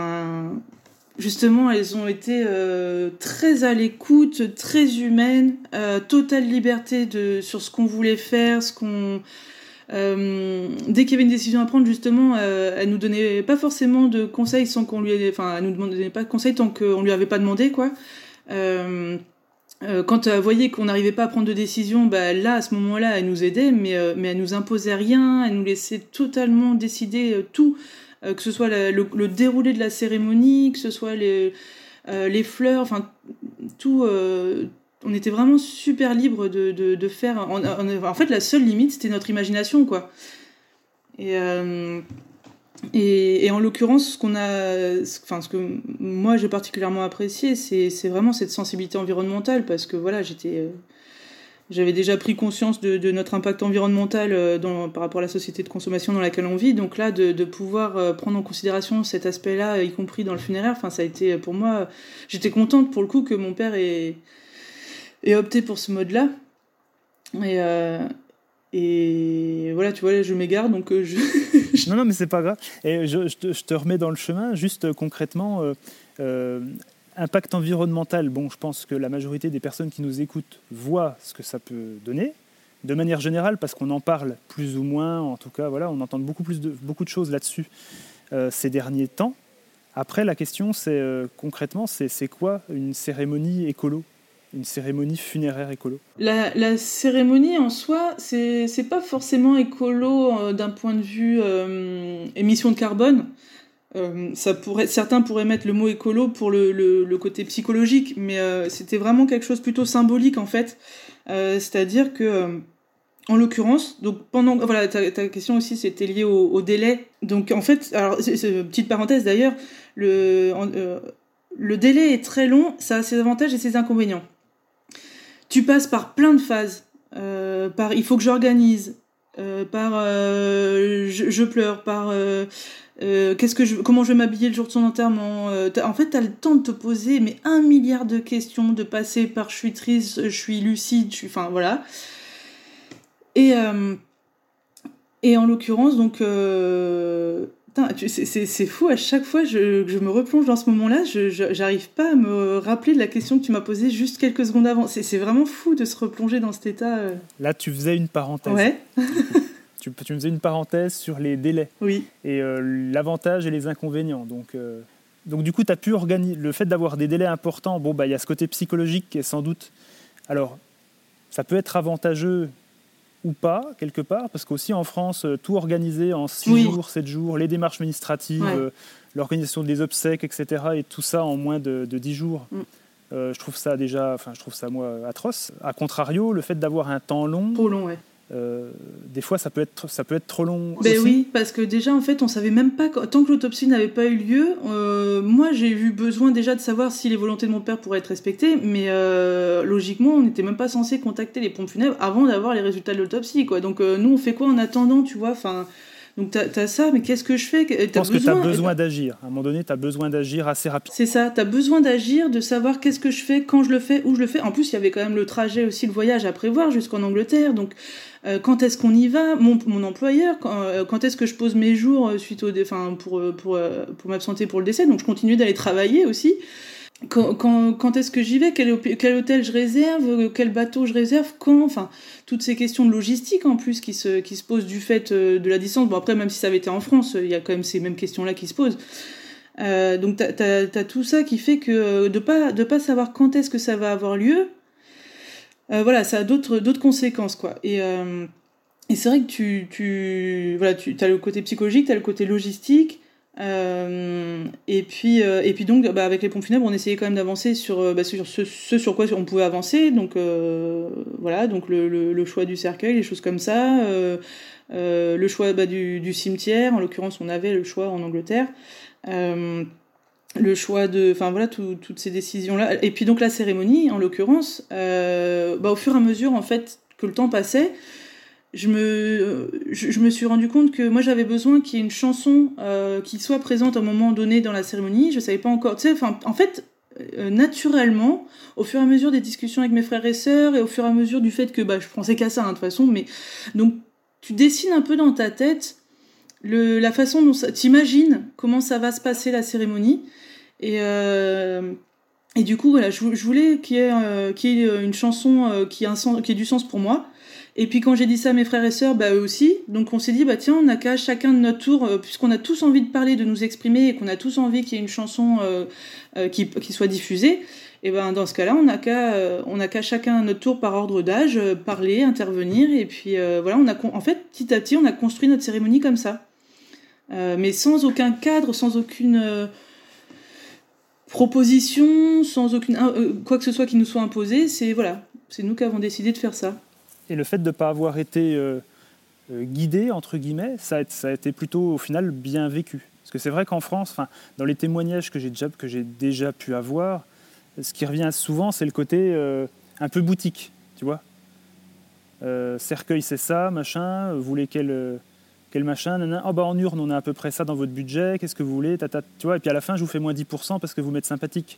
justement, elles ont été euh, très à l'écoute, très humaines, euh, totale liberté de, sur ce qu'on voulait faire, ce qu'on... Euh, dès qu'il y avait une décision à prendre, justement, euh, elle nous donnait pas forcément de conseils sans qu'on lui, enfin, elle nous donnait pas de conseils tant qu'on lui avait pas demandé, quoi. Euh, euh, quand elle voyait qu'on n'arrivait pas à prendre de décision, bah là, à ce moment-là, elle nous aidait, mais euh, mais elle nous imposait rien, elle nous laissait totalement décider euh, tout, euh, que ce soit la, le, le déroulé de la cérémonie, que ce soit les euh, les fleurs, enfin tout. Euh, On était vraiment super libre de, de, de faire... En, en, en fait, la seule limite, c'était notre imagination, quoi. Et, euh, et, et en l'occurrence, ce qu'on a... Enfin, ce que moi, j'ai particulièrement apprécié, c'est, c'est vraiment cette sensibilité environnementale, parce que, voilà, j'étais... Euh, j'avais déjà pris conscience de, de notre impact environnemental dans, par rapport à la société de consommation dans laquelle on vit. Donc là, de, de pouvoir prendre en considération cet aspect-là, y compris dans le funéraire, enfin, ça a été, pour moi... J'étais contente, pour le coup, que mon père ait... et opté pour ce mode-là. Et, euh, et voilà, tu vois, je m'égare, donc euh, je... non, non, mais c'est pas grave. Et je, je, te, je te remets dans le chemin, juste euh, concrètement, euh, euh, impact environnemental. Bon, je pense que la majorité des personnes qui nous écoutent voient ce que ça peut donner, de manière générale, parce qu'on en parle plus ou moins, en tout cas, voilà, on entend beaucoup, plus de, beaucoup de choses là-dessus euh, ces derniers temps. Après, la question, c'est euh, concrètement, c'est, c'est quoi une cérémonie écolo ? Une cérémonie funéraire écolo. La, la cérémonie en soi, c'est, c'est pas forcément écolo euh, d'un point de vue euh, émission de carbone. Euh, ça pourrait, certains pourraient mettre le mot écolo pour le, le, le côté psychologique, mais euh, c'était vraiment quelque chose plutôt symbolique en fait. Euh, c'est-à-dire que, euh, en l'occurrence, donc pendant, voilà, ta, ta question aussi c'était lié au, au délai. Donc en fait, alors c'est, c'est, petite parenthèse d'ailleurs, le, euh, le délai est très long, ça a ses avantages et ses inconvénients. Tu passes par plein de phases, euh, par il faut que j'organise, euh, par euh, je, je pleure, par euh, euh, qu'est-ce que je, comment je vais m'habiller le jour de son enterrement. Euh, en fait, t'as le temps de te poser mais un milliard de questions, de passer par je suis triste, je suis lucide, je suis, enfin voilà. Et euh, et en l'occurrence donc. Euh, Putain, c'est, c'est, c'est fou, à chaque fois je, je me replonge dans ce moment-là, je, je, j'arrive pas à me rappeler de la question que tu m'as posée juste quelques secondes avant. C'est, c'est vraiment fou de se replonger dans cet état. Euh... Là, tu faisais une parenthèse. Ouais. tu, tu faisais une parenthèse sur les délais. Oui. Et euh, l'avantage et les inconvénients. Donc, euh, donc du coup, tu as pu organiser... Le fait d'avoir des délais importants, bon, bah, y a ce côté psychologique qui est sans doute... Alors, ça peut être avantageux... ou pas, quelque part, parce qu'aussi en France, tout organisé en six oui. jours, sept jours, les démarches administratives, ouais. euh, l'organisation des obsèques, et cetera, et tout ça en moins de, de dix jours, mm. euh, je trouve ça déjà, enfin, je trouve ça, moi, atroce. A contrario, le fait d'avoir un temps long... Trop long, ouais. Euh, des fois, ça peut être, ça peut être trop long. Ben aussi. oui, parce que déjà, en fait, on savait même pas, tant que l'autopsie n'avait pas eu lieu, euh, moi, j'ai eu besoin déjà de savoir si les volontés de mon père pourraient être respectées, mais euh, logiquement, on n'était même pas censé contacter les pompes funèbres avant d'avoir les résultats de l'autopsie, quoi. Donc, euh, nous, on fait quoi en attendant, tu vois, enfin... Donc t'as, t'as ça, mais qu'est-ce que je fais ? T'as Je pense besoin, que tu as besoin d'agir. À un moment donné, tu as besoin d'agir assez rapidement. C'est ça, tu as besoin d'agir, de savoir qu'est-ce que je fais, quand je le fais, où je le fais. En plus, il y avait quand même le trajet aussi, le voyage à prévoir jusqu'en Angleterre. Donc, euh, quand est-ce qu'on y va ? Mon, mon employeur, quand, euh, quand est-ce que je pose mes jours suite au, dé- enfin, pour, pour, pour, pour m'absenter pour le décès ? Donc, je continuais d'aller travailler aussi. quand, quand, quand est-ce que j'y vais, quel, quel hôtel je réserve, quel bateau je réserve, quand, enfin, toutes ces questions de logistique en plus qui se, qui se posent du fait de la distance. Bon, après, même si ça avait été en France, il y a quand même ces mêmes questions-là qui se posent. Euh, donc, t'as, t'as, t'as tout ça qui fait que de pas, de pas savoir quand est-ce que ça va avoir lieu, euh, voilà, ça a d'autres, d'autres conséquences, quoi. Et, euh, et c'est vrai que tu, tu, voilà, tu as le côté psychologique, tu as le côté logistique. Euh, et puis euh, et puis donc bah, avec les pompes funèbres on essayait quand même d'avancer sur, bah, sur ce, ce sur quoi on pouvait avancer, donc euh, voilà, donc le, le, le choix du cercueil, les choses comme ça, euh, euh, le choix bah, du, du cimetière, en l'occurrence on avait le choix en Angleterre, euh, le choix de, enfin voilà, tout, toutes ces décisions là, et puis donc la cérémonie en l'occurrence, euh, bah, au fur et à mesure en fait que le temps passait, Je me, je, je me suis rendu compte que moi j'avais besoin qu'il y ait une chanson euh, qui soit présente à un moment donné dans la cérémonie. Je savais pas encore, tu sais, enfin, en fait, euh, naturellement, au fur et à mesure des discussions avec mes frères et sœurs et au fur et à mesure du fait que bah je pensais qu'à ça hein, de toute façon, mais donc tu dessines un peu dans ta tête le, la façon dont ça, t'imagines comment ça va se passer la cérémonie et euh, et du coup voilà, je, je voulais qu'il y ait, euh, qu'il y ait une chanson euh, qui ait un sens, qui ait du sens pour moi. Et puis quand j'ai dit ça à mes frères et sœurs, bah eux aussi. Donc on s'est dit, bah tiens, on n'a qu'à chacun de notre tour, euh, puisqu'on a tous envie de parler, de nous exprimer, et qu'on a tous envie qu'il y ait une chanson euh, euh, qui, qui soit diffusée. Et ben dans ce cas-là, on n'a qu'à, euh, on n'a qu'à chacun à notre tour, par ordre d'âge, euh, parler, intervenir. Et puis euh, voilà, on a, en fait, petit à petit, on a construit notre cérémonie comme ça, euh, mais sans aucun cadre, sans aucune euh, proposition, sans aucune euh, quoi que ce soit qui nous soit imposé. C'est voilà, c'est nous qui avons décidé de faire ça. Et le fait de ne pas avoir été euh, euh, guidé, entre guillemets, ça a, ça a été plutôt, au final, bien vécu. Parce que c'est vrai qu'en France, dans les témoignages que j'ai, déjà, que j'ai déjà pu avoir, ce qui revient souvent, c'est le côté euh, un peu boutique, tu vois. Euh, cercueil, c'est ça, machin, vous voulez quel, euh, quel machin, nanana. Oh, bah, en urne, on a à peu près ça dans votre budget, qu'est-ce que vous voulez, tata, tu vois. Et puis à la fin, je vous fais moins dix pour cent parce que vous m'êtes sympathique.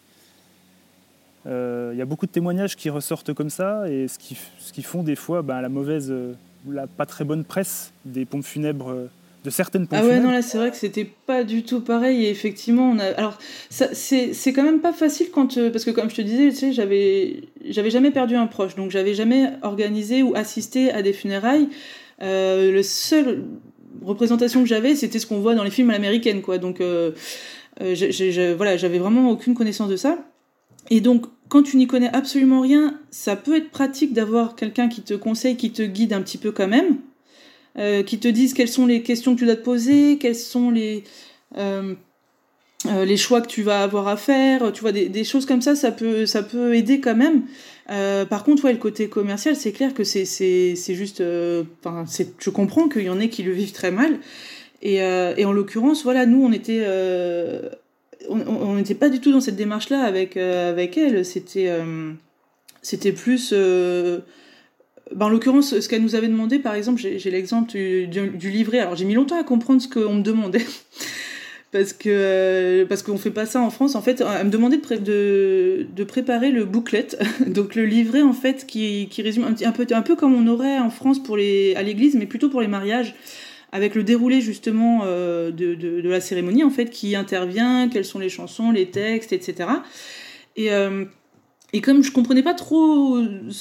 Il euh, y a beaucoup de témoignages qui ressortent comme ça, et ce qui, ce qui font des fois ben, la mauvaise, euh, la pas très bonne presse des pompes funèbres, euh, de certaines pompes funèbres. Ah ouais, funèbres. non, là c'est vrai que c'était pas du tout pareil, et effectivement, on a... alors ça, c'est, c'est quand même pas facile quand, euh, parce que comme je te disais, tu sais, j'avais, j'avais jamais perdu un proche, donc j'avais jamais organisé ou assisté à des funérailles. Euh, le seul représentation que j'avais, c'était ce qu'on voit dans les films à l'américaine, quoi. Donc, euh, euh, j'ai, j'ai, voilà, j'avais vraiment aucune connaissance de ça. Et donc, quand tu n'y connais absolument rien, ça peut être pratique d'avoir quelqu'un qui te conseille, qui te guide un petit peu quand même, euh, qui te dise quelles sont les questions que tu dois te poser, quels sont les, euh, euh, les choix que tu vas avoir à faire, tu vois, des, des choses comme ça, ça peut, ça peut aider quand même. Euh, par contre, ouais, le côté commercial, c'est clair que c'est, c'est, c'est juste... Euh, c'est, je comprends qu'il y en ait qui le vivent très mal. Et, euh, et en l'occurrence, voilà, nous, on était... Euh, on n'était pas du tout dans cette démarche-là avec, euh, avec elle. C'était, euh, c'était plus... Euh, ben en l'occurrence, ce qu'elle nous avait demandé, par exemple, j'ai, j'ai l'exemple du, du, du livret. Alors, j'ai mis longtemps à comprendre ce qu'on me demandait. parce, que, euh, parce qu'on ne fait pas ça en France. En fait, elle me demandait de, pré- de, de préparer le booklet. Donc, le livret, en fait, qui, qui résume un, petit, un, peu, un peu comme on aurait en France pour les, à l'église, mais plutôt pour les mariages, avec le déroulé justement euh, de, de, de la cérémonie, en fait, qui intervient, quelles sont les chansons, les textes, et cetera. Et, euh, et comme je comprenais pas trop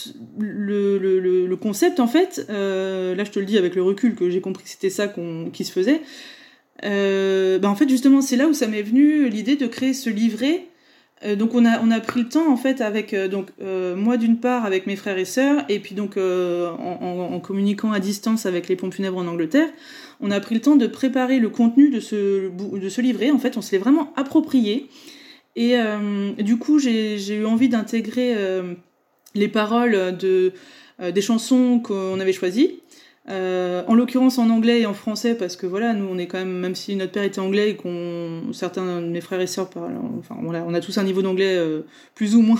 le, le, le, le concept, en fait, euh, là je te le dis avec le recul que j'ai compris que c'était ça qu'on, qui se faisait, euh, bah en fait justement c'est là où ça m'est venu l'idée de créer ce livret. Euh, donc on a on a pris le temps en fait avec euh, donc euh, moi d'une part avec mes frères et sœurs, et puis donc euh, en, en, en communiquant à distance avec les pompes funèbres en Angleterre, on a pris le temps de préparer le contenu de ce de ce livret. En fait, on se l'est vraiment approprié, et euh, du coup j'ai j'ai eu envie d'intégrer euh, les paroles de euh, des chansons qu'on avait choisies. Euh, en l'occurrence en anglais et en français, parce que voilà, nous on est quand même, même si notre père était anglais et qu'on, certains de mes frères et sœurs parlent, enfin voilà, on a tous un niveau d'anglais euh, plus ou moins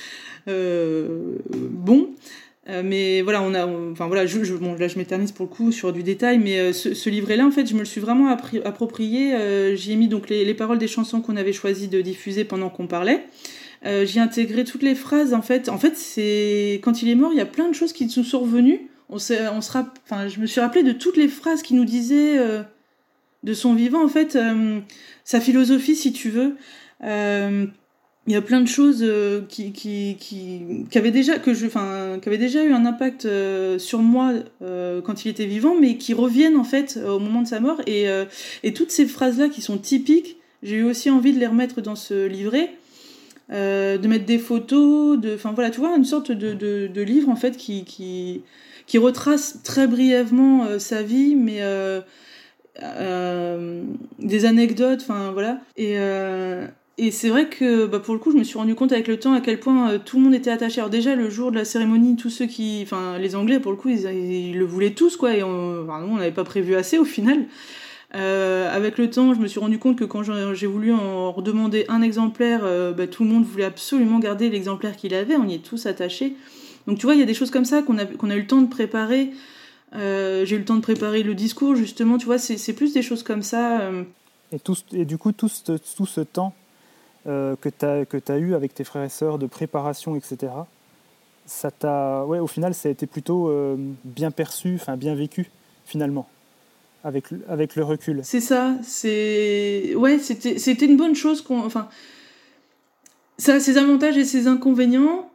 euh, bon, euh, mais voilà, on a, on, enfin voilà, je, je, bon là je m'éternise pour le coup sur du détail, mais euh, ce, ce livret-là en fait, je me le suis vraiment appri, approprié. Euh, j'y ai mis donc les, les paroles des chansons qu'on avait choisi de diffuser pendant qu'on parlait. Euh, j'y ai intégré toutes les phrases en fait. En fait, c'est quand il est mort, il y a plein de choses qui nous sont revenues. On s'est, on se rapp... enfin, je me suis rappelé de toutes les phrases qu'il nous disait euh, de son vivant, en fait, euh, sa philosophie, si tu veux. Euh, il y a plein de choses euh, qui, qui, qui, qui, avaient déjà, que je, enfin, qui avaient déjà eu un impact euh, sur moi euh, quand il était vivant, mais qui reviennent en fait euh, au moment de sa mort. Et, euh, et toutes ces phrases-là qui sont typiques, j'ai eu aussi envie de les remettre dans ce livret, euh, de mettre des photos, de, enfin voilà, tu vois, une sorte de, de, de livre en fait qui, qui, qui retrace très brièvement euh, sa vie, mais euh, euh, des anecdotes, enfin voilà. Et euh, Et c'est vrai que bah, pour le coup, je me suis rendu compte avec le temps à quel point euh, tout le monde était attaché. Alors déjà, le jour de la cérémonie, tous ceux qui... Enfin, les Anglais, pour le coup, ils, ils le voulaient tous, quoi. Et on, enfin, nous, on n'avait pas prévu assez, au final. Euh, avec le temps, je me suis rendu compte que quand j'ai voulu en redemander un exemplaire, euh, bah, tout le monde voulait absolument garder l'exemplaire qu'il avait. On y est tous attachés. Donc tu vois, il y a des choses comme ça qu'on a, qu'on a eu le temps de préparer. Euh, j'ai eu le temps de préparer le discours, justement. Tu vois, c'est, c'est plus des choses comme ça. Euh... Et, tout, et du coup, tout ce, tout ce temps Euh, que tu as que tu as eu avec tes frères et sœurs de préparation, et cetera. Ça t'a, ouais, au final, ça a été plutôt euh, bien perçu, enfin bien vécu finalement, avec avec le recul. C'est ça, c'est ouais, c'était c'était une bonne chose qu'on, enfin, ça a ses avantages et ses inconvénients,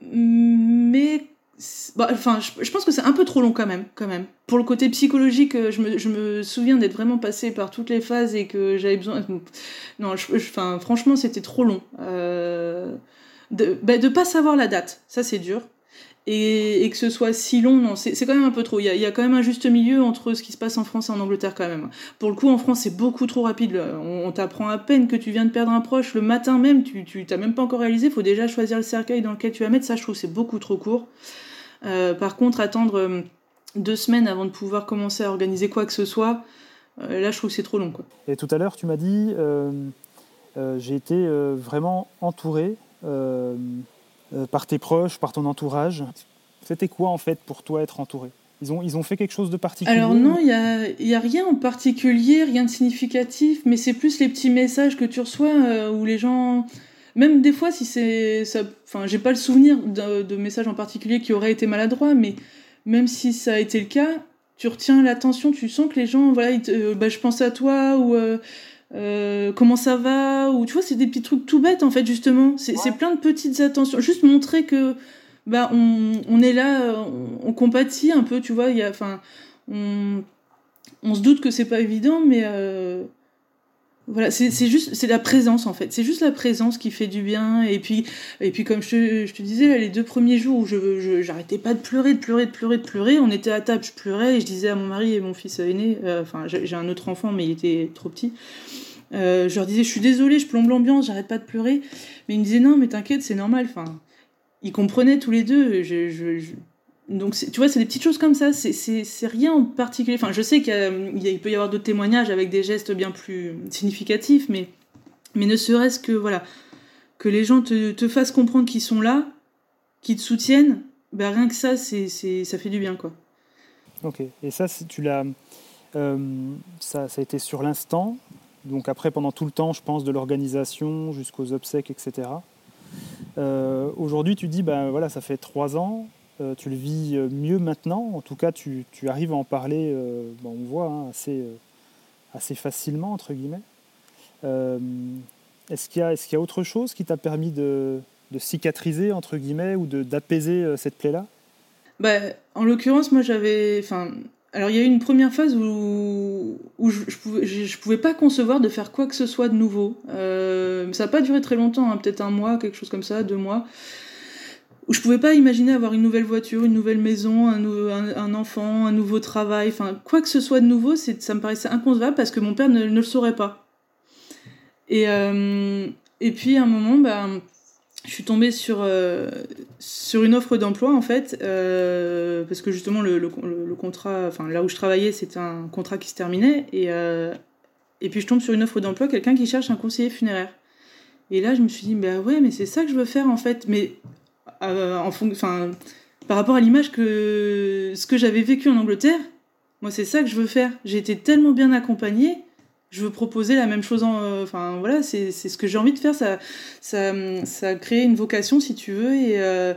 mais bah, enfin, je, je pense que c'est un peu trop long quand même, quand même. Pour le côté psychologique, je me, je me souviens d'être vraiment passée par toutes les phases et que j'avais besoin... Non, je, je, enfin, franchement, c'était trop long. Euh, de bah, de pas savoir la date, ça c'est dur. Et, et que ce soit si long, non, c'est, c'est quand même un peu trop. Il y, a, il y a quand même un juste milieu entre ce qui se passe en France et en Angleterre quand même. Pour le coup, en France, c'est beaucoup trop rapide. On, on t'apprend à peine que tu viens de perdre un proche. Le matin même, tu, tu t'as même pas encore réalisé, il faut déjà choisir le cercueil dans lequel tu vas mettre. Ça, je trouve, c'est beaucoup trop court. Euh, par contre, attendre euh, deux semaines avant de pouvoir commencer à organiser quoi que ce soit, euh, là, je trouve que c'est trop long, quoi. Et tout à l'heure, tu m'as dit, euh, euh, j'ai été euh, vraiment entouré euh, euh, par tes proches, par ton entourage. C'était quoi, en fait, pour toi, être entouré ? Ils ont, ils ont fait quelque chose de particulier ? Alors non, il n'y a, y a rien en particulier, rien de significatif, mais c'est plus les petits messages que tu reçois euh, où les gens... Même des fois, si c'est... Ça, enfin, j'ai pas le souvenir de, de messages en particulier qui auraient été maladroits, mais même si ça a été le cas, tu retiens l'attention, tu sens que les gens, voilà, ils te, euh, bah, je pense à toi, ou euh, euh, comment ça va, ou tu vois, c'est des petits trucs tout bêtes, en fait, justement. C'est, c'est plein de petites attentions. Juste montrer que, bah, on, on est là, on, on compatit un peu, tu vois, il y a, enfin, on, on se doute que c'est pas évident, mais... Euh, Voilà, c'est, c'est juste, c'est la présence en fait. C'est juste la présence qui fait du bien. Et puis, et puis comme je te, je te disais, là, les deux premiers jours où je, je, j'arrêtais pas de pleurer, de pleurer, de pleurer, de pleurer. On était à table, je pleurais et je disais à mon mari et mon fils aîné, euh, enfin, j'ai, j'ai un autre enfant, mais il était trop petit. Euh, je leur disais, je suis désolée, je plombe l'ambiance, j'arrête pas de pleurer. Mais ils me disaient, non, mais t'inquiète, c'est normal. Enfin, ils comprenaient tous les deux. Je, je, je... Donc, c'est, tu vois, c'est des petites choses comme ça, c'est, c'est, c'est rien en particulier. Enfin, je sais qu'il y a, il, y a, il peut y avoir d'autres témoignages avec des gestes bien plus significatifs, mais, mais ne serait-ce que, voilà, que les gens te, te fassent comprendre qu'ils sont là, qu'ils te soutiennent, ben rien que ça, c'est, c'est, ça fait du bien, quoi. Ok, et ça, tu l'as, euh, ça, ça a été sur l'instant, donc après, pendant tout le temps, je pense, de l'organisation jusqu'aux obsèques, et cetera. Euh, aujourd'hui, tu dis, ben voilà, ça fait trois ans, Euh, tu le vis mieux maintenant, en tout cas tu, tu arrives à en parler, euh, bon, on voit, hein, assez, euh, assez facilement, entre guillemets. Euh, est-ce qu'il y a, est-ce qu'il y a autre chose qui t'a permis de, de cicatriser, entre guillemets, ou de, d'apaiser euh, cette plaie-là ? Bah, en l'occurrence, moi j'avais... Enfin, alors il y a eu une première phase où, où je, je, pouvais, je, je pouvais pas concevoir de faire quoi que ce soit de nouveau. Euh, ça n'a pas duré très longtemps, hein, peut-être un mois, quelque chose comme ça, deux mois. Où je pouvais pas imaginer avoir une nouvelle voiture, une nouvelle maison, un, nou- un, un enfant, un nouveau travail, enfin quoi que ce soit de nouveau, c'est, ça me paraissait inconcevable parce que mon père ne, ne le saurait pas. Et, euh, et puis à un moment, bah, je suis tombée sur, euh, sur une offre d'emploi en fait, euh, parce que justement le, le, le contrat, enfin là où je travaillais, c'était un contrat qui se terminait, et, euh, et puis je tombe sur une offre d'emploi, quelqu'un qui cherche un conseiller funéraire. Et là je me suis dit, bah ouais, mais c'est ça que je veux faire en fait, mais Euh, en fond, enfin, par rapport à l'image que ce que j'avais vécu en Angleterre, moi c'est ça que je veux faire. J'ai été tellement bien accompagnée, je veux proposer la même chose. En, euh, enfin voilà, c'est c'est ce que j'ai envie de faire. Ça ça ça a créé une vocation si tu veux et euh,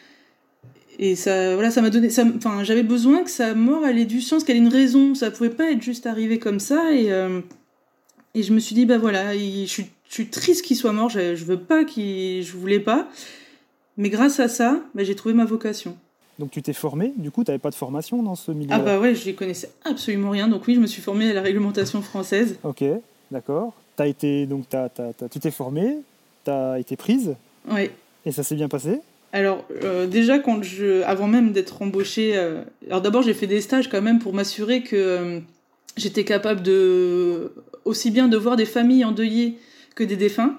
et ça voilà ça m'a donné. Enfin j'avais besoin que sa mort elle ait du sens, qu'elle ait une raison. Ça pouvait pas être juste arrivé comme ça et euh, et je me suis dit bah voilà, je suis suis triste qu'il soit mort, je, je veux pas qu'il, je voulais pas. Mais grâce à ça, bah, j'ai trouvé ma vocation. Donc tu t'es formée, du coup tu n'avais pas de formation dans ce milieu-là? Ah bah ouais, je n'y connaissais absolument rien, donc oui, je me suis formée à la réglementation française. Ok, d'accord. T'as été, donc t'as, t'as, t'as, tu t'es formée, tu as été prise? Oui. Et ça s'est bien passé? Alors euh, déjà, quand je, avant même d'être embauchée, euh, alors d'abord j'ai fait des stages quand même pour m'assurer que euh, j'étais capable de, aussi bien de voir des familles endeuillées que des défunts.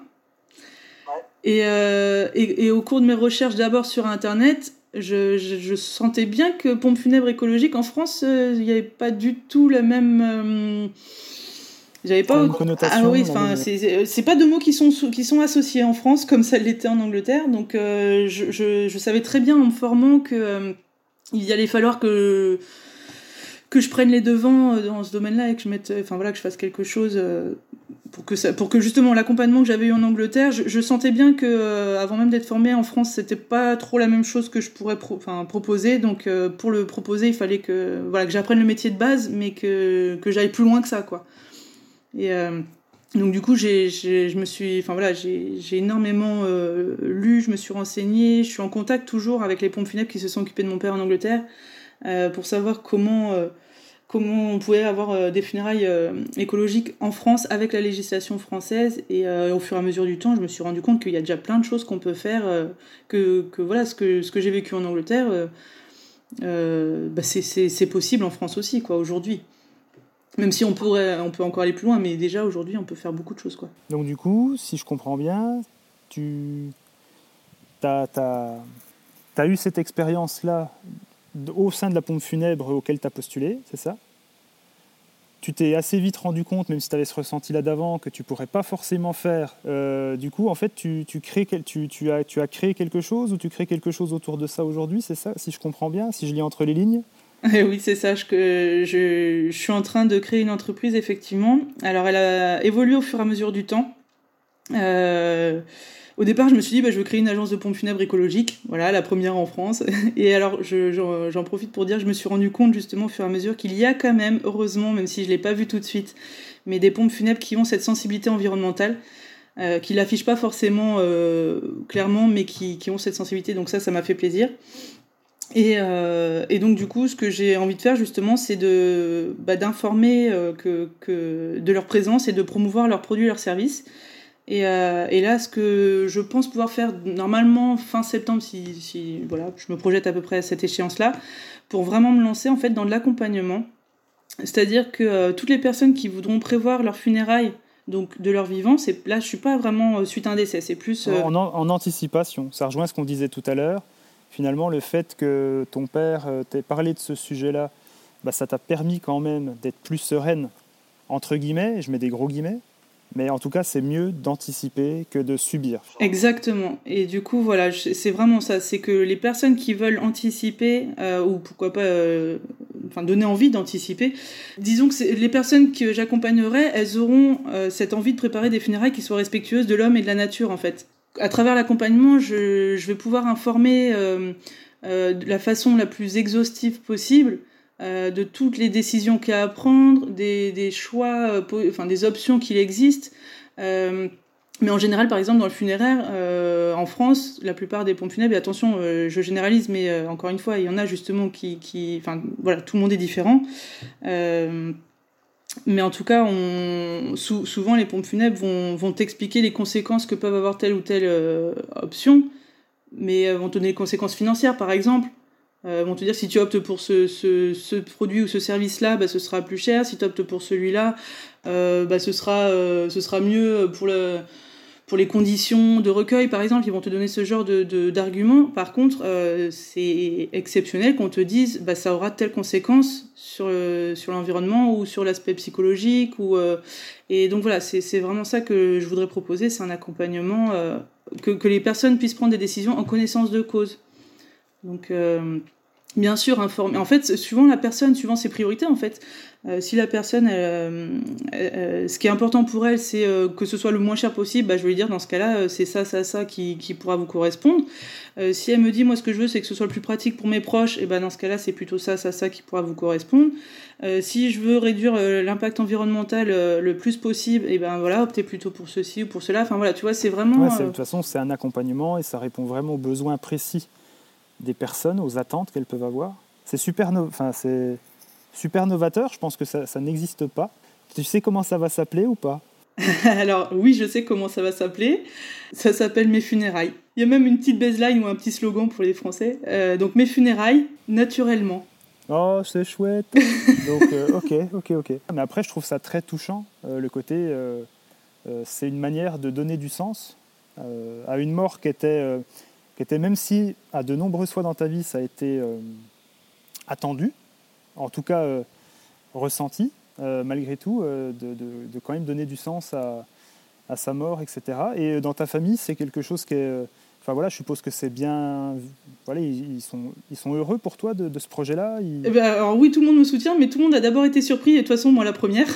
Et, euh, et, et au cours de mes recherches d'abord sur Internet, je, je, je sentais bien que pompe funèbre écologique en France, il euh, n'y avait pas du tout la même... Euh, j'avais pas... Une connotation, ah oui, enfin, c'est, c'est pas deux mots qui sont, qui sont associés en France comme ça l'était en Angleterre. Donc euh, je, je, je savais très bien en me formant que euh, il allait falloir que, que je prenne les devants dans ce domaine-là et que je mette, enfin voilà, que je fasse quelque chose... Euh, Pour que, ça, pour que justement l'accompagnement que j'avais eu en Angleterre, je, je sentais bien que euh, avant même d'être formée en France, c'était pas trop la même chose que je pourrais pro, proposer. Donc euh, pour le proposer, il fallait que voilà que j'apprenne le métier de base, mais que que j'aille plus loin que ça, quoi. Et euh, donc du coup, j'ai, j'ai je me suis, enfin voilà, j'ai j'ai énormément euh, lu, je me suis renseignée, je suis en contact toujours avec les pompes funèbres qui se sont occupées de mon père en Angleterre euh, pour savoir comment euh, comment on pouvait avoir euh, des funérailles euh, écologiques en France avec la législation française. Et euh, au fur et à mesure du temps, je me suis rendu compte qu'il y a déjà plein de choses qu'on peut faire, euh, que, que voilà, ce que, ce que j'ai vécu en Angleterre, euh, euh, bah c'est, c'est, c'est possible en France aussi, quoi, aujourd'hui. Même si on, pourrait, on peut encore aller plus loin, mais déjà aujourd'hui, on peut faire beaucoup de choses, quoi. Donc du coup, si je comprends bien, tu as, t'as, t'as eu cette expérience-là au sein de la pompe funèbre auquel tu as postulé, c'est ça? Tu t'es assez vite rendu compte, même si tu avais ce ressenti-là d'avant, que tu ne pourrais pas forcément faire. Euh, du coup, en fait, tu, tu, crées, tu, tu, as, tu as créé quelque chose ou tu crées quelque chose autour de ça aujourd'hui, c'est ça, si je comprends bien, si je lis entre les lignes? Oui, c'est ça. Je, je, je suis en train de créer une entreprise, effectivement. Alors, elle a évolué au fur et à mesure du temps. Euh... Au départ, je me suis dit, bah, je veux créer une agence de pompes funèbres écologiques, voilà, la première en France. Et alors, je, j'en, j'en profite pour dire, je me suis rendu compte justement au fur et à mesure qu'il y a quand même, heureusement, même si je l'ai pas vu tout de suite, mais des pompes funèbres qui ont cette sensibilité environnementale, euh, qui l'affichent pas forcément euh, clairement, mais qui, qui ont cette sensibilité. Donc ça, ça m'a fait plaisir. Et, euh, et donc du coup, ce que j'ai envie de faire justement, c'est de, bah, d'informer euh, que, que de leur présence et de promouvoir leurs produits et leurs services. Et, euh, et là, ce que je pense pouvoir faire normalement fin septembre, si, si voilà, je me projette à peu près à cette échéance-là, pour vraiment me lancer en fait dans de l'accompagnement. C'est-à-dire que euh, toutes les personnes qui voudront prévoir leurs funérailles, donc de leur vivant, c'est, là, je suis pas vraiment euh, suite à un décès, c'est plus... Euh... En, en, en anticipation, ça rejoint ce qu'on disait tout à l'heure. Finalement, le fait que ton père euh, t'ait parlé de ce sujet-là, bah, ça t'a permis quand même d'être plus sereine, entre guillemets, je mets des gros guillemets, mais en tout cas, c'est mieux d'anticiper que de subir. Exactement. Et du coup, voilà, c'est vraiment ça. C'est que les personnes qui veulent anticiper, euh, ou pourquoi pas, euh, enfin, donner envie d'anticiper, disons que c'est, les personnes que j'accompagnerai, elles auront euh, cette envie de préparer des funérailles qui soient respectueuses de l'homme et de la nature, en fait. À travers l'accompagnement, je, je vais pouvoir informer euh, euh, de la façon la plus exhaustive possible euh, de toutes les décisions qu'il y a à prendre, des, des choix, euh, po- enfin des options qu'il existe. Euh, mais en général, par exemple, dans le funéraire, euh, en France, la plupart des pompes funèbres, et attention, euh, je généralise, mais euh, encore une fois, il y en a justement qui, qui, enfin voilà, tout le monde est différent. Euh, Mais en tout cas, on, sou, souvent les pompes funèbres vont, vont t'expliquer les conséquences que peuvent avoir telle ou telle euh, option, mais euh, vont te donner les conséquences financières, par exemple. Euh, vont te dire si tu optes pour ce, ce, ce produit ou ce service-là, bah, ce sera plus cher. Si tu optes pour celui-là, euh, bah, ce, sera, euh, ce sera mieux pour, le, pour les conditions de recueil, par exemple. Ils vont te donner ce genre de, de, d'arguments. Par contre, euh, c'est exceptionnel qu'on te dise bah, ça aura telle conséquence sur, le, sur l'environnement ou sur l'aspect psychologique. Ou, euh, et donc voilà, c'est, c'est vraiment ça que je voudrais proposer. C'est un accompagnement, euh, que, que les personnes puissent prendre des décisions en connaissance de cause. Donc, euh, Bien sûr, informer. En fait, suivant la personne, suivant ses priorités, en fait. Euh, si la personne, euh, euh, ce qui est important pour elle, c'est euh, que ce soit le moins cher possible, bah, je vais lui dire, dans ce cas-là, euh, c'est ça, ça, ça qui, qui pourra vous correspondre. Euh, si elle me dit, moi, ce que je veux, c'est que ce soit le plus pratique pour mes proches, et ben dans ce cas-là, c'est plutôt ça, ça, ça qui pourra vous correspondre. Euh, si je veux réduire euh, l'impact environnemental euh, le plus possible, et ben voilà, optez plutôt pour ceci ou pour cela. Enfin voilà, tu vois, c'est vraiment. Ouais, c'est, euh... de toute façon, c'est un accompagnement et ça répond vraiment aux besoins précis des personnes, aux attentes qu'elles peuvent avoir. C'est super, no... enfin, c'est super novateur, je pense que ça, ça n'existe pas. Tu sais comment ça va s'appeler ou pas ? Alors oui, je sais comment ça va s'appeler. Ça s'appelle Mes funérailles. Il y a même une petite baseline ou un petit slogan pour les Français. Euh, donc Mes funérailles, naturellement. Oh, c'est chouette. Donc euh, ok, ok, ok. Mais après, je trouve ça très touchant, euh, le côté, euh, euh, c'est une manière de donner du sens euh, à une mort qui était... Euh, qui était, même si à de nombreuses fois dans ta vie ça a été euh, attendu, en tout cas euh, ressenti, euh, malgré tout, euh, de, de, de quand même donner du sens à, à sa mort, et cetera. Et dans ta famille, c'est quelque chose qui est... Euh, enfin voilà, je suppose que c'est bien... Voilà, ils, ils, sont, ils sont heureux pour toi de, de ce projet-là ils... Eh ben, alors oui, tout le monde me soutient, mais tout le monde a d'abord été surpris, et de toute façon, moi la première.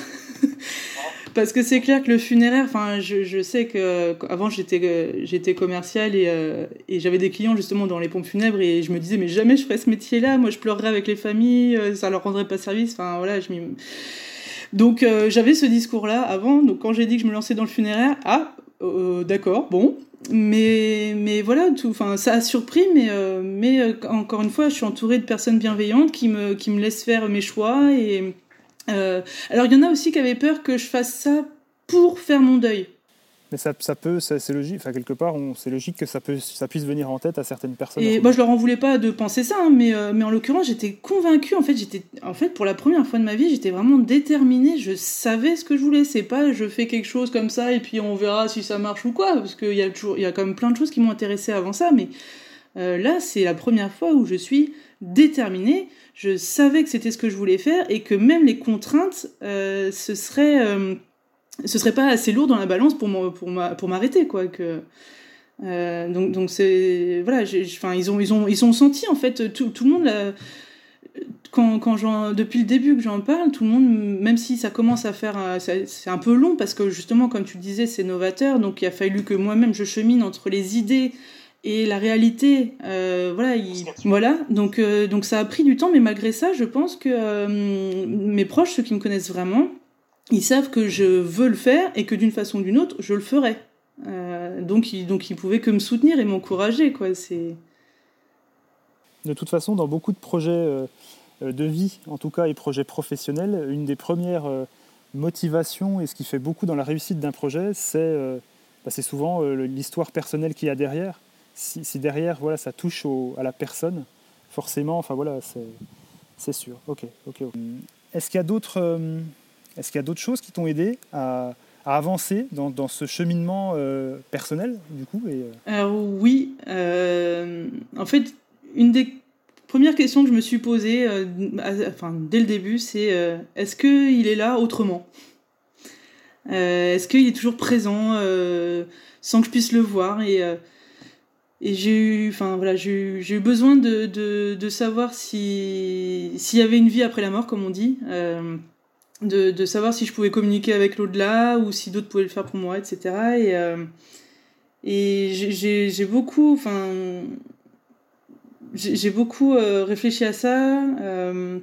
Parce que c'est clair que le funéraire, enfin, je, je sais que avant j'étais j'étais commerciale et, euh, et j'avais des clients justement dans les pompes funèbres et je me disais mais jamais je ferais ce métier-là, moi je pleurerais avec les familles, ça leur rendrait pas service, enfin voilà, je m'y... Donc euh, j'avais ce discours-là avant, donc quand j'ai dit que je me lançais dans le funéraire, ah euh, d'accord, bon, mais mais voilà, tout, enfin ça a surpris, mais euh, mais euh, encore une fois, je suis entourée de personnes bienveillantes qui me qui me laissent faire mes choix et Euh, alors il y en a aussi qui avaient peur que je fasse ça pour faire mon deuil. Mais ça, ça peut, ça, c'est logique. Enfin quelque part, on, c'est logique que ça peut, ça puisse venir en tête à certaines personnes. Et moi je leur en voulais pas de penser ça, hein, mais euh, mais en l'occurrence j'étais convaincue. En fait j'étais, en fait pour la première fois de ma vie j'étais vraiment déterminée. Je savais ce que je voulais. C'est pas je fais quelque chose comme ça et puis on verra si ça marche ou quoi. Parce qu'il y a toujours, il y a quand même plein de choses qui m'ont intéressée avant ça, mais euh, là c'est la première fois où je suis déterminée. Je savais que c'était ce que je voulais faire et que même les contraintes, euh, ce serait, euh, ce serait pas assez lourd dans la balance pour, pour, pour m'arrêter, quoi. Que, euh, donc, donc c'est, voilà, enfin, ils ont, ils ont, ils ont senti en fait tout, tout le monde. Là, quand, quand j'en, depuis le début que j'en parle, tout le monde, même si ça commence à faire, c'est, c'est un peu long parce que justement, comme tu le disais, c'est novateur. Donc, il a fallu que moi-même je chemine entre les idées et la réalité, euh, voilà, il, voilà. Donc, euh, donc ça a pris du temps, mais malgré ça, je pense que euh, mes proches, ceux qui me connaissent vraiment, ils savent que je veux le faire et que d'une façon ou d'une autre, je le ferai. Euh, donc, ils, donc, ils pouvaient que me soutenir et m'encourager, quoi. C'est... De toute façon, dans beaucoup de projets euh, de vie, en tout cas, et projets professionnels, une des premières euh, motivations et ce qui fait beaucoup dans la réussite d'un projet, c'est, euh, bah, c'est souvent euh, l'histoire personnelle qu'il y a derrière. Si, si derrière, voilà, ça touche au, à la personne, forcément, enfin voilà, c'est, c'est sûr. Ok, ok. ok. Est-ce qu'il y a d'autres, euh, est-ce qu'il y a d'autres choses qui t'ont aidé à, à avancer dans, dans ce cheminement euh, personnel, du coup et, euh... Alors oui, euh, en fait, une des premières questions que je me suis posée, euh, enfin dès le début, c'est euh, est-ce qu'il est là autrement ? euh, Est-ce qu'il est toujours présent euh, sans que je puisse le voir et euh, Et j'ai eu, enfin voilà, j'ai eu, j'ai eu besoin de, de, de savoir si, s'il y avait une vie après la mort, comme on dit, euh, de, de savoir si je pouvais communiquer avec l'au-delà ou si d'autres pouvaient le faire pour moi, et cetera. Et, euh, et j'ai, j'ai, j'ai beaucoup, enfin, j'ai, j'ai beaucoup euh, réfléchi à ça. Euh,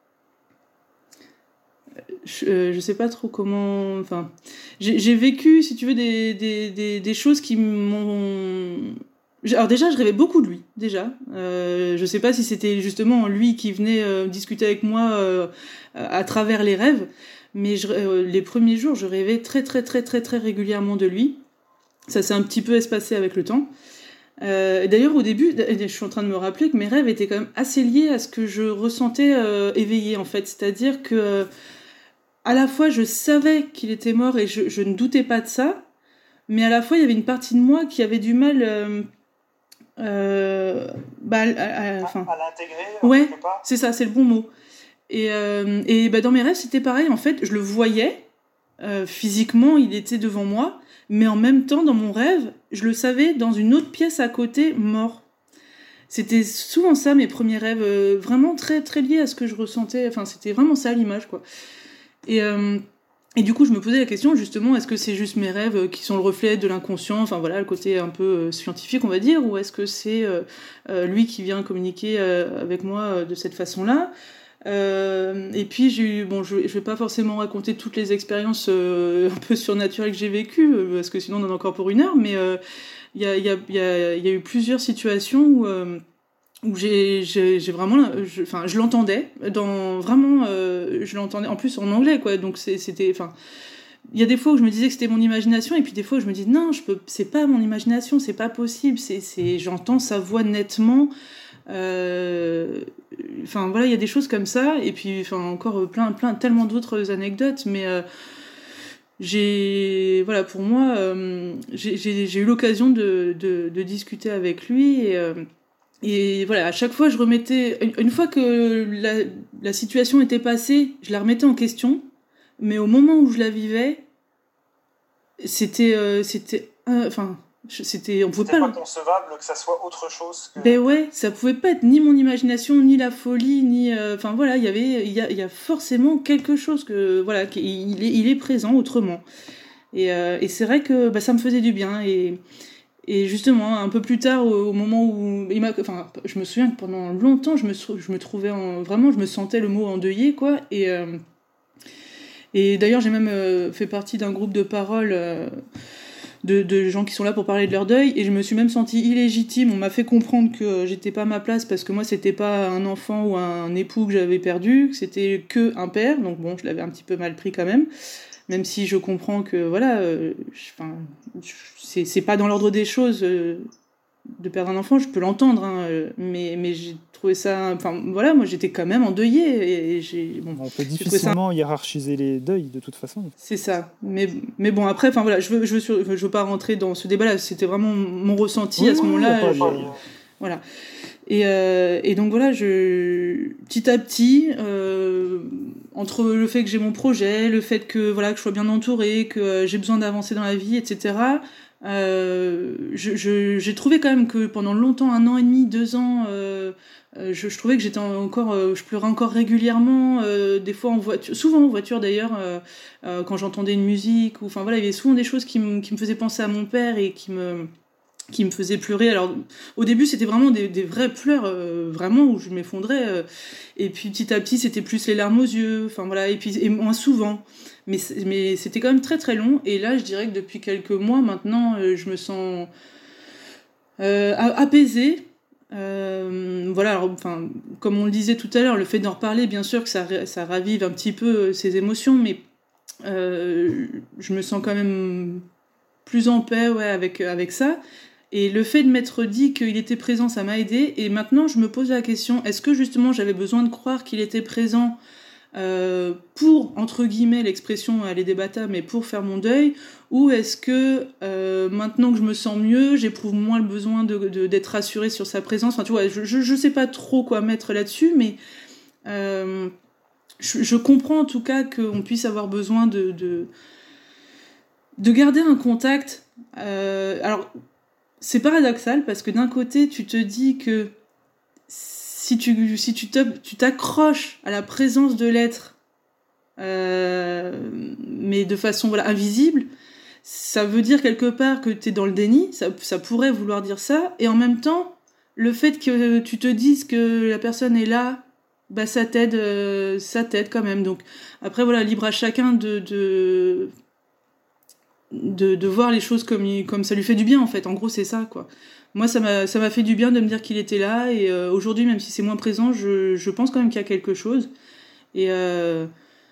je, euh, je sais pas trop comment, enfin, j'ai, j'ai vécu, si tu veux, des, des, des, des choses qui m'ont... Alors déjà, je rêvais beaucoup de lui, déjà. Euh, je sais pas si c'était justement lui qui venait euh, discuter avec moi euh, à travers les rêves, mais je, euh, les premiers jours, je rêvais très très très très très régulièrement de lui. Ça s'est un petit peu espacé avec le temps. Euh, d'ailleurs, au début, je suis en train de me rappeler que mes rêves étaient quand même assez liés à ce que je ressentais euh, éveillé, en fait. C'est-à-dire que, euh, à la fois, je savais qu'il était mort et je, je ne doutais pas de ça, mais à la fois, il y avait une partie de moi qui avait du mal... Euh, Euh, bah, à, à, à, à l'intégrer, ouais, c'est ça, c'est le bon mot. Et, euh, et bah, dans mes rêves, c'était pareil. En fait, je le voyais euh, physiquement, il était devant moi, mais en même temps, dans mon rêve, je le savais dans une autre pièce à côté, mort. c'était souvent ça mes premiers rêves, euh, vraiment très très liés à ce que je ressentais. Enfin, c'était vraiment ça l'image, quoi. Et euh, et du coup, je me posais la question justement, est-ce que c'est juste mes rêves qui sont le reflet de l'inconscient, enfin voilà, le côté un peu euh, scientifique, on va dire, ou est-ce que c'est euh, euh, lui qui vient communiquer euh, avec moi euh, de cette façon-là? Euh, et puis j'ai eu, bon, je, je vais pas forcément raconter toutes les expériences euh, un peu surnaturelles que j'ai vécues, euh, parce que sinon on en a encore pour une heure, mais il euh, y, a, y, a, y, a, y a eu plusieurs situations où euh, où j'ai, j'ai, j'ai vraiment, enfin, je, je l'entendais, dans vraiment, euh, je l'entendais, en plus en anglais, quoi. Donc c'est, c'était, enfin, il y a des fois où je me disais que c'était mon imagination, et puis des fois où je me dis non, je peux, c'est pas mon imagination, c'est pas possible, c'est, c'est, j'entends sa voix nettement. Euh, enfin voilà, il y a des choses comme ça, et puis, enfin, encore plein, plein, tellement d'autres anecdotes, mais euh, j'ai, voilà, pour moi, euh, j'ai, j'ai, j'ai eu l'occasion de, de, de discuter avec lui, et euh, Et voilà, à chaque fois, je remettais. Une fois que la, la situation était passée, je la remettais en question. Mais au moment où je la vivais, c'était. Euh, c'était euh, enfin, c'était. On pouvait c'était pas. pas concevable que ça soit autre chose que. Ben ouais, ça pouvait pas être ni mon imagination, ni la folie, ni. Enfin euh, voilà, il y avait. Il y a, il y a forcément quelque chose que. Voilà, il est, il est présent autrement. Et, euh, et c'est vrai que bah, ça me faisait du bien. Et. Et justement, un peu plus tard, au, au moment où il m'a, enfin, je me souviens que pendant longtemps, je me, je me trouvais en, vraiment, je me sentais le mot endeuillé, quoi. Et, euh, et d'ailleurs, j'ai même euh, fait partie d'un groupe de parole euh, de, de gens qui sont là pour parler de leur deuil, et je me suis même sentie illégitime. On m'a fait comprendre que j'étais pas à ma place parce que moi, c'était pas un enfant ou un époux que j'avais perdu, que c'était que un père. Donc bon, je l'avais un petit peu mal pris quand même. Même si je comprends que voilà, euh, enfin, c'est, c'est pas dans l'ordre des choses euh, de perdre un enfant, je peux l'entendre, hein, euh, mais, mais j'ai trouvé ça. Enfin voilà, moi j'étais quand même endeuillée. Et j'ai, bon, on peut difficilement ça... hiérarchiser les deuils de toute façon. C'est ça. Mais, mais bon, après, enfin voilà, je veux, je, veux sur, je veux pas rentrer dans ce débat-là, c'était vraiment mon ressenti oui, à ce moment-là. Je, voilà. Et, euh, et donc voilà, je, petit à petit, euh, entre le fait que j'ai mon projet, le fait que voilà que je sois bien entourée, que euh, j'ai besoin d'avancer dans la vie, et cetera. Euh, je, je, j'ai trouvé quand même que pendant longtemps, un an et demi, deux ans, euh, je, je trouvais que j'étais encore, euh, je pleurais encore régulièrement, euh, des fois en voiture, souvent en voiture d'ailleurs, euh, euh, quand j'entendais une musique, ou enfin voilà, il y avait souvent des choses qui me, qui me faisaient penser à mon père et qui me qui me faisait pleurer. Alors au début c'était vraiment des, des vrais pleurs, euh, vraiment où je m'effondrais, euh, et puis petit à petit c'était plus les larmes aux yeux, enfin voilà, et puis et moins souvent, mais mais c'était quand même très très long. Et là je dirais que depuis quelques mois maintenant, euh, je me sens euh, apaisée. Euh, voilà, alors, enfin comme on le disait tout à l'heure, le fait d'en reparler, bien sûr que ça ça ravive un petit peu ces émotions, mais euh, je me sens quand même plus en paix, ouais, avec avec ça. Et le fait de m'être dit qu'il était présent, ça m'a aidé. Et maintenant, je me pose la question, est-ce que justement j'avais besoin de croire qu'il était présent euh, pour, entre guillemets, l'expression, elle est débattable, mais pour faire mon deuil, ou est-ce que euh, maintenant que je me sens mieux, j'éprouve moins le besoin de, de, d'être rassurée sur sa présence. Enfin, tu vois, je, je, je sais pas trop quoi mettre là-dessus, mais euh, je, je comprends en tout cas qu'on puisse avoir besoin de, de, de garder un contact. Euh, alors, c'est paradoxal parce que d'un côté, tu te dis que si tu, si tu, tu t'accroches à la présence de l'être, euh, mais de façon voilà, invisible, ça veut dire quelque part que tu es dans le déni, ça, ça pourrait vouloir dire ça, et en même temps, le fait que tu te dises que la personne est là, bah, ça t'aide, euh, ça t'aide quand même. Donc après, voilà, libre à chacun de... de De, de voir les choses comme, il, comme ça lui fait du bien en fait, en gros c'est ça quoi. Moi ça m'a, ça m'a fait du bien de me dire qu'il était là, et euh, aujourd'hui même si c'est moins présent, je, je pense quand même qu'il y a quelque chose, et, euh,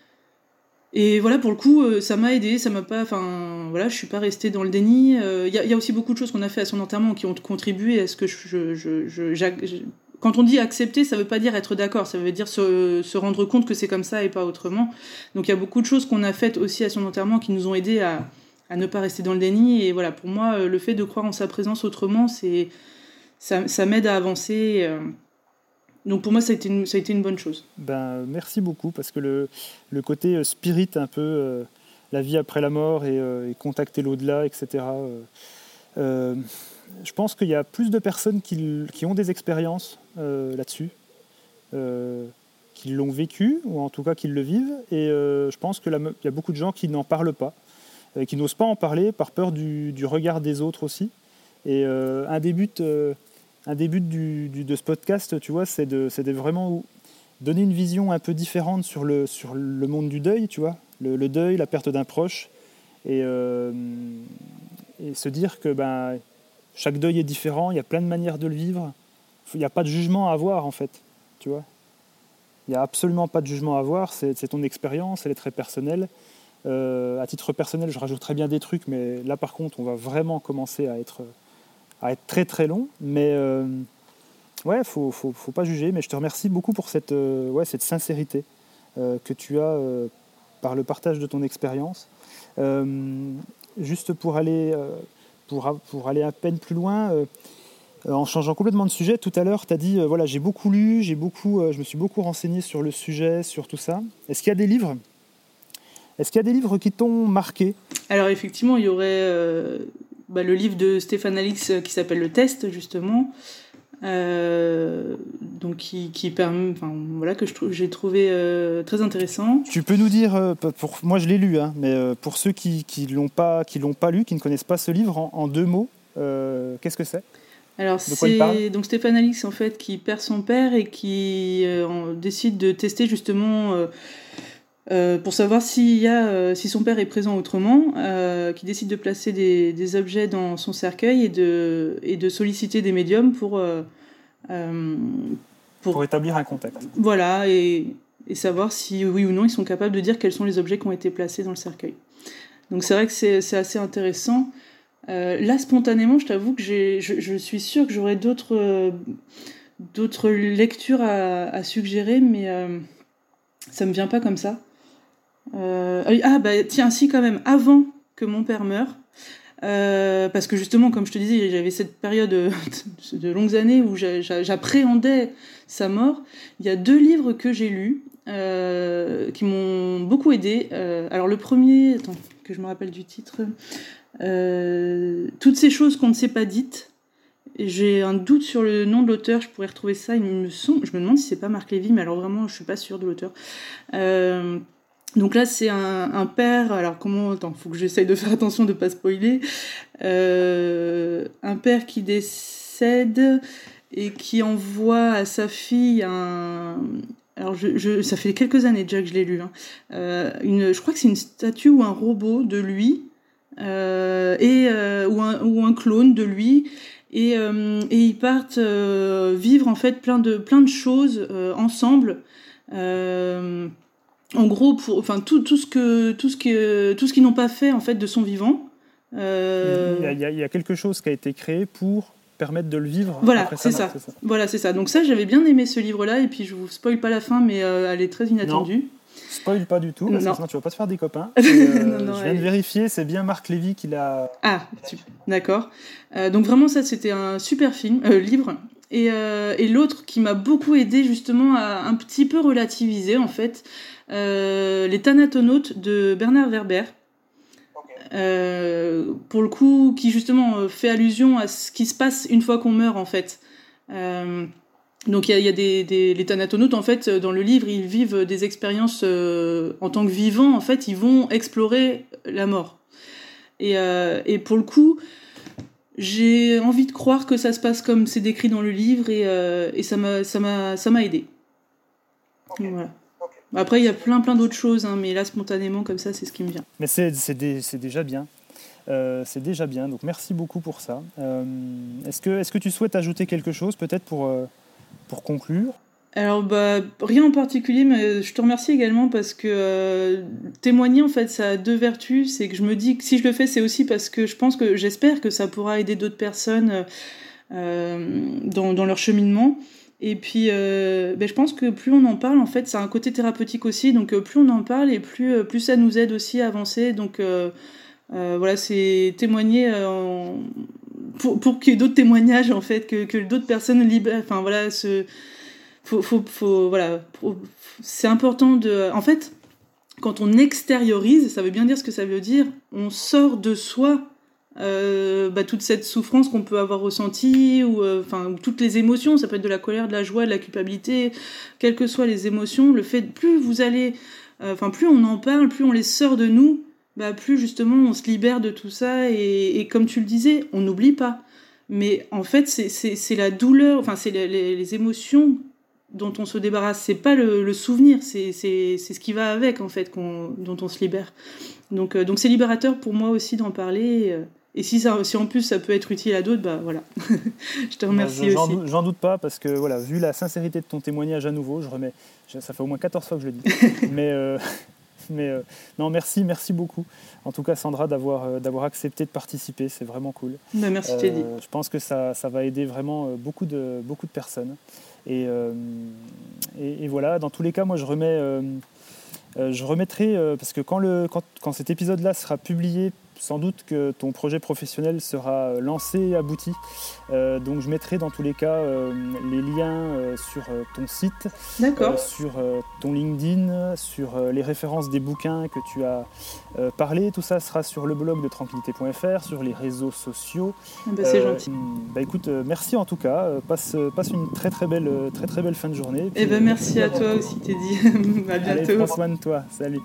et voilà, pour le coup ça m'a aidé, ça m'a pas, enfin voilà, je suis pas restée dans le déni. Il euh, y, y a aussi beaucoup de choses qu'on a fait à son enterrement qui ont contribué à ce que je, je, je, je quand on dit accepter, ça veut pas dire être d'accord, ça veut dire se, se rendre compte que c'est comme ça et pas autrement. Donc il y a beaucoup de choses qu'on a faites aussi à son enterrement qui nous ont aidé à à ne pas rester dans le déni. Et voilà, pour moi, le fait de croire en sa présence autrement, c'est, ça, ça m'aide à avancer. Donc pour moi, ça a été une, ça a été une bonne chose. Ben, merci beaucoup, parce que le, le côté spirit, un peu, euh, la vie après la mort et, euh, et contacter l'au-delà, et cetera, euh, euh, je pense qu'il y a plus de personnes qui, qui ont des expériences euh, là-dessus, euh, qui l'ont vécu, ou en tout cas qui le vivent, et euh, je pense qu'il y a beaucoup de gens qui n'en parlent pas, euh, qui n'osent pas en parler par peur du, du regard des autres aussi. Et euh, un des buts, euh, un des buts du, du, de ce podcast, tu vois, c'est de, c'est de vraiment donner une vision un peu différente sur le, sur le monde du deuil, tu vois, le, le deuil, la perte d'un proche, et, euh, et se dire que ben, chaque deuil est différent, il y a plein de manières de le vivre, il n'y a pas de jugement à avoir en fait, tu vois. Il n'y a absolument pas de jugement à avoir, c'est, c'est ton expérience, elle est très personnelle. Euh, à titre personnel, je rajouterais bien des trucs, mais là par contre, on va vraiment commencer à être, à être très très long. Mais euh, ouais, faut, faut, faut pas juger. Mais je te remercie beaucoup pour cette, euh, ouais, cette sincérité euh, que tu as euh, par le partage de ton expérience. Euh, juste pour aller, euh, pour, pour aller à peine plus loin. Euh, En changeant complètement de sujet, tout à l'heure, tu as dit, euh, voilà, j'ai beaucoup lu, j'ai beaucoup, euh, je me suis beaucoup renseigné sur le sujet, sur tout ça. Est-ce qu'il y a des livres Est-ce qu'il y a des livres qui t'ont marqué ? Alors effectivement, il y aurait euh, bah, le livre de Stéphane Alix qui s'appelle Le Test, justement, euh, donc qui, qui permet, enfin voilà, que je trou- j'ai trouvé euh, très intéressant. Tu peux nous dire, euh, pour, moi je l'ai lu, hein, mais euh, pour ceux qui qui l'ont pas, qui l'ont pas lu, qui ne connaissent pas ce livre, en, en deux mots, euh, qu'est-ce que c'est ? Alors c'est donc Stéphane Alix en fait qui perd son père et qui euh, en, décide de tester justement euh, euh, pour savoir s'il y a euh, si son père est présent autrement, euh, qui décide de placer des, des objets dans son cercueil et de et de solliciter des médiums pour euh, euh, pour pour établir un contact. Voilà et et savoir si oui ou non ils sont capables de dire quels sont les objets qui ont été placés dans le cercueil. Donc c'est vrai que c'est c'est assez intéressant. Euh, là, spontanément, je t'avoue que j'ai, je, je suis sûre que j'aurais d'autres, euh, d'autres lectures à, à suggérer, mais euh, ça me vient pas comme ça. Euh, ah, bah tiens, si, quand même, avant que mon père meure, euh, parce que justement, comme je te disais, j'avais cette période de, de longues années où j'a, j'appréhendais sa mort. Il y a deux livres que j'ai lus euh, qui m'ont beaucoup aidée. Euh, alors, le premier, attends, que je me rappelle du titre. Euh, toutes ces choses qu'on ne s'est pas dites. J'ai un doute sur le nom de l'auteur, je pourrais retrouver ça. Il me semble, je me demande si c'est pas Marc Lévy, mais alors vraiment, je suis pas sûre de l'auteur. Euh, donc là, c'est un, un père. Alors comment Attends, faut que j'essaye de faire attention de pas spoiler. Euh, un père qui décède et qui envoie à sa fille un. Alors, je, je, ça fait quelques années déjà que je l'ai lu. Hein. Euh, une, je crois que c'est une statue ou un robot de lui. Euh, et euh, ou, un, ou un clone de lui et, euh, et ils partent euh, vivre en fait plein de plein de choses euh, ensemble euh, en gros pour enfin tout tout ce que tout ce que tout ce qu'ils n'ont pas fait en fait de son vivant euh... il, y a, il y a quelque chose qui a été créé pour permettre de le vivre voilà après c'est ça. c'est ça voilà c'est ça donc ça j'avais bien aimé ce livre là et puis je vous spoil pas la fin mais euh, elle est très inattendue. Non. Spoil pas du tout, parce non. que sinon tu vas pas te faire des copains. Et, euh, non, non, je viens ouais. de vérifier, c'est bien Marc Lévy qui l'a. Ah, tu... d'accord. Euh, donc vraiment ça, c'était un super film, euh, livre. Et, euh, et l'autre qui m'a beaucoup aidé justement à un petit peu relativiser en fait, euh, Les Thanatonautes de Bernard Werber. Euh, pour le coup, qui justement fait allusion à ce qui se passe une fois qu'on meurt en fait. Euh, Donc il y a, y a des, des les Thanatonautes en fait dans le livre ils vivent des expériences euh, en tant que vivants en fait ils vont explorer la mort et, euh, et pour le coup j'ai envie de croire que ça se passe comme c'est décrit dans le livre et, euh, et ça m'a ça m'a ça m'a aidé. Okay. Voilà. Okay. Après il y a plein plein d'autres choses hein, mais là spontanément comme ça c'est ce qui me vient. Mais c'est c'est, des, c'est déjà bien. Euh, c'est déjà bien donc merci beaucoup pour ça. Euh, est-ce que est-ce que tu souhaites ajouter quelque chose peut-être pour euh... Pour conclure. Alors bah rien en particulier, mais je te remercie également parce que euh, témoigner en fait ça a deux vertus, c'est que je me dis que si je le fais c'est aussi parce que je pense que j'espère que ça pourra aider d'autres personnes euh, dans, dans leur cheminement. Et puis euh, ben, je pense que plus on en parle en fait, ça a un côté thérapeutique aussi, donc euh, plus on en parle et plus plus ça nous aide aussi à avancer. Donc euh, euh, voilà, c'est témoigner euh, en... pour pour qu'il y ait d'autres témoignages en fait, que que d'autres personnes libèrent. Enfin voilà, ce faut faut faut voilà, faut... c'est important de. En fait, quand on extériorise, ça veut bien dire ce que ça veut dire. On sort de soi euh, bah, toute cette souffrance qu'on peut avoir ressentie, ou enfin euh, toutes les émotions, ça peut être de la colère, de la joie, de la culpabilité, quelles que soient les émotions, le fait plus vous allez, enfin euh, plus on en parle, plus on les sort de nous, bah plus justement on se libère de tout ça, et, et comme tu le disais, on n'oublie pas. Mais en fait, c'est, c'est, c'est la douleur, enfin c'est les, les, les émotions dont on se débarrasse, c'est pas le, le souvenir, c'est, c'est, c'est ce qui va avec en fait, qu'on, dont on se libère. Donc, euh, donc c'est libérateur pour moi aussi d'en parler. Euh, et si, ça, si en plus ça peut être utile à d'autres, bah voilà. Je te remercie j'en, aussi. J'en, j'en doute pas, parce que voilà, vu la sincérité de ton témoignage à nouveau, je remets, ça fait au moins quatorze fois que je le dis. mais euh, mais euh, non, merci, merci beaucoup. En tout cas, Sandra, d'avoir, euh, d'avoir accepté de participer, c'est vraiment cool. Bah, merci euh, Teddy. Je pense que ça, ça va aider vraiment beaucoup de, beaucoup de personnes. Et, euh, et, et voilà, dans tous les cas, moi je remets... Euh, Euh, je remettrai, euh, parce que quand, le, quand, quand cet épisode-là sera publié, sans doute que ton projet professionnel sera lancé et abouti. Euh, donc je mettrai dans tous les cas euh, les liens euh, sur euh, ton site, euh, sur euh, ton LinkedIn, sur euh, les références des bouquins que tu as euh, parlé. Tout ça sera sur le blog de tranquillité point f r, sur les réseaux sociaux. Bah, c'est euh, gentil. Bah, écoute, euh, merci en tout cas. Euh, passe, passe une très très belle, très, très belle fin de journée. Et bah, merci à toi aussi, Teddy. À bientôt. Allez, prends soin de toi. Salut.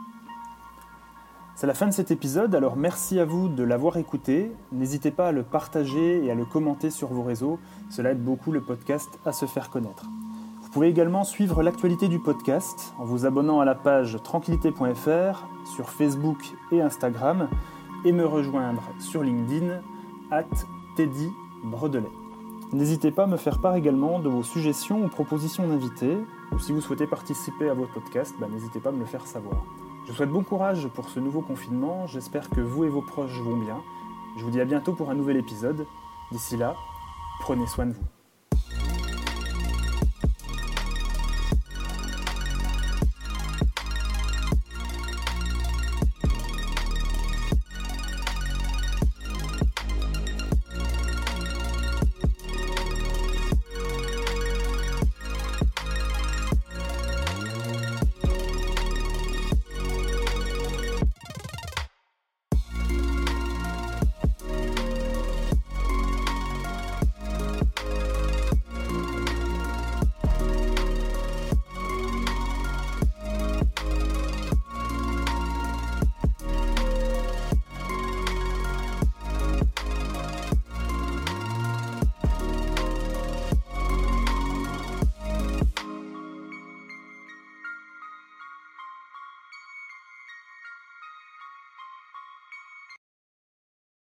C'est la fin de cet épisode, alors merci à vous de l'avoir écouté. N'hésitez pas à le partager et à le commenter sur vos réseaux, cela aide beaucoup le podcast à se faire connaître. Vous pouvez également suivre l'actualité du podcast en vous abonnant à la page tranquillité point f r sur Facebook et Instagram et me rejoindre sur LinkedIn arobase Teddy Bredelet. N'hésitez pas à me faire part également de vos suggestions ou propositions d'invités, ou si vous souhaitez participer à votre podcast, bah, n'hésitez pas à me le faire savoir. Je vous souhaite bon courage pour ce nouveau confinement, j'espère que vous et vos proches vont bien. Je vous dis à bientôt pour un nouvel épisode. D'ici là, prenez soin de vous.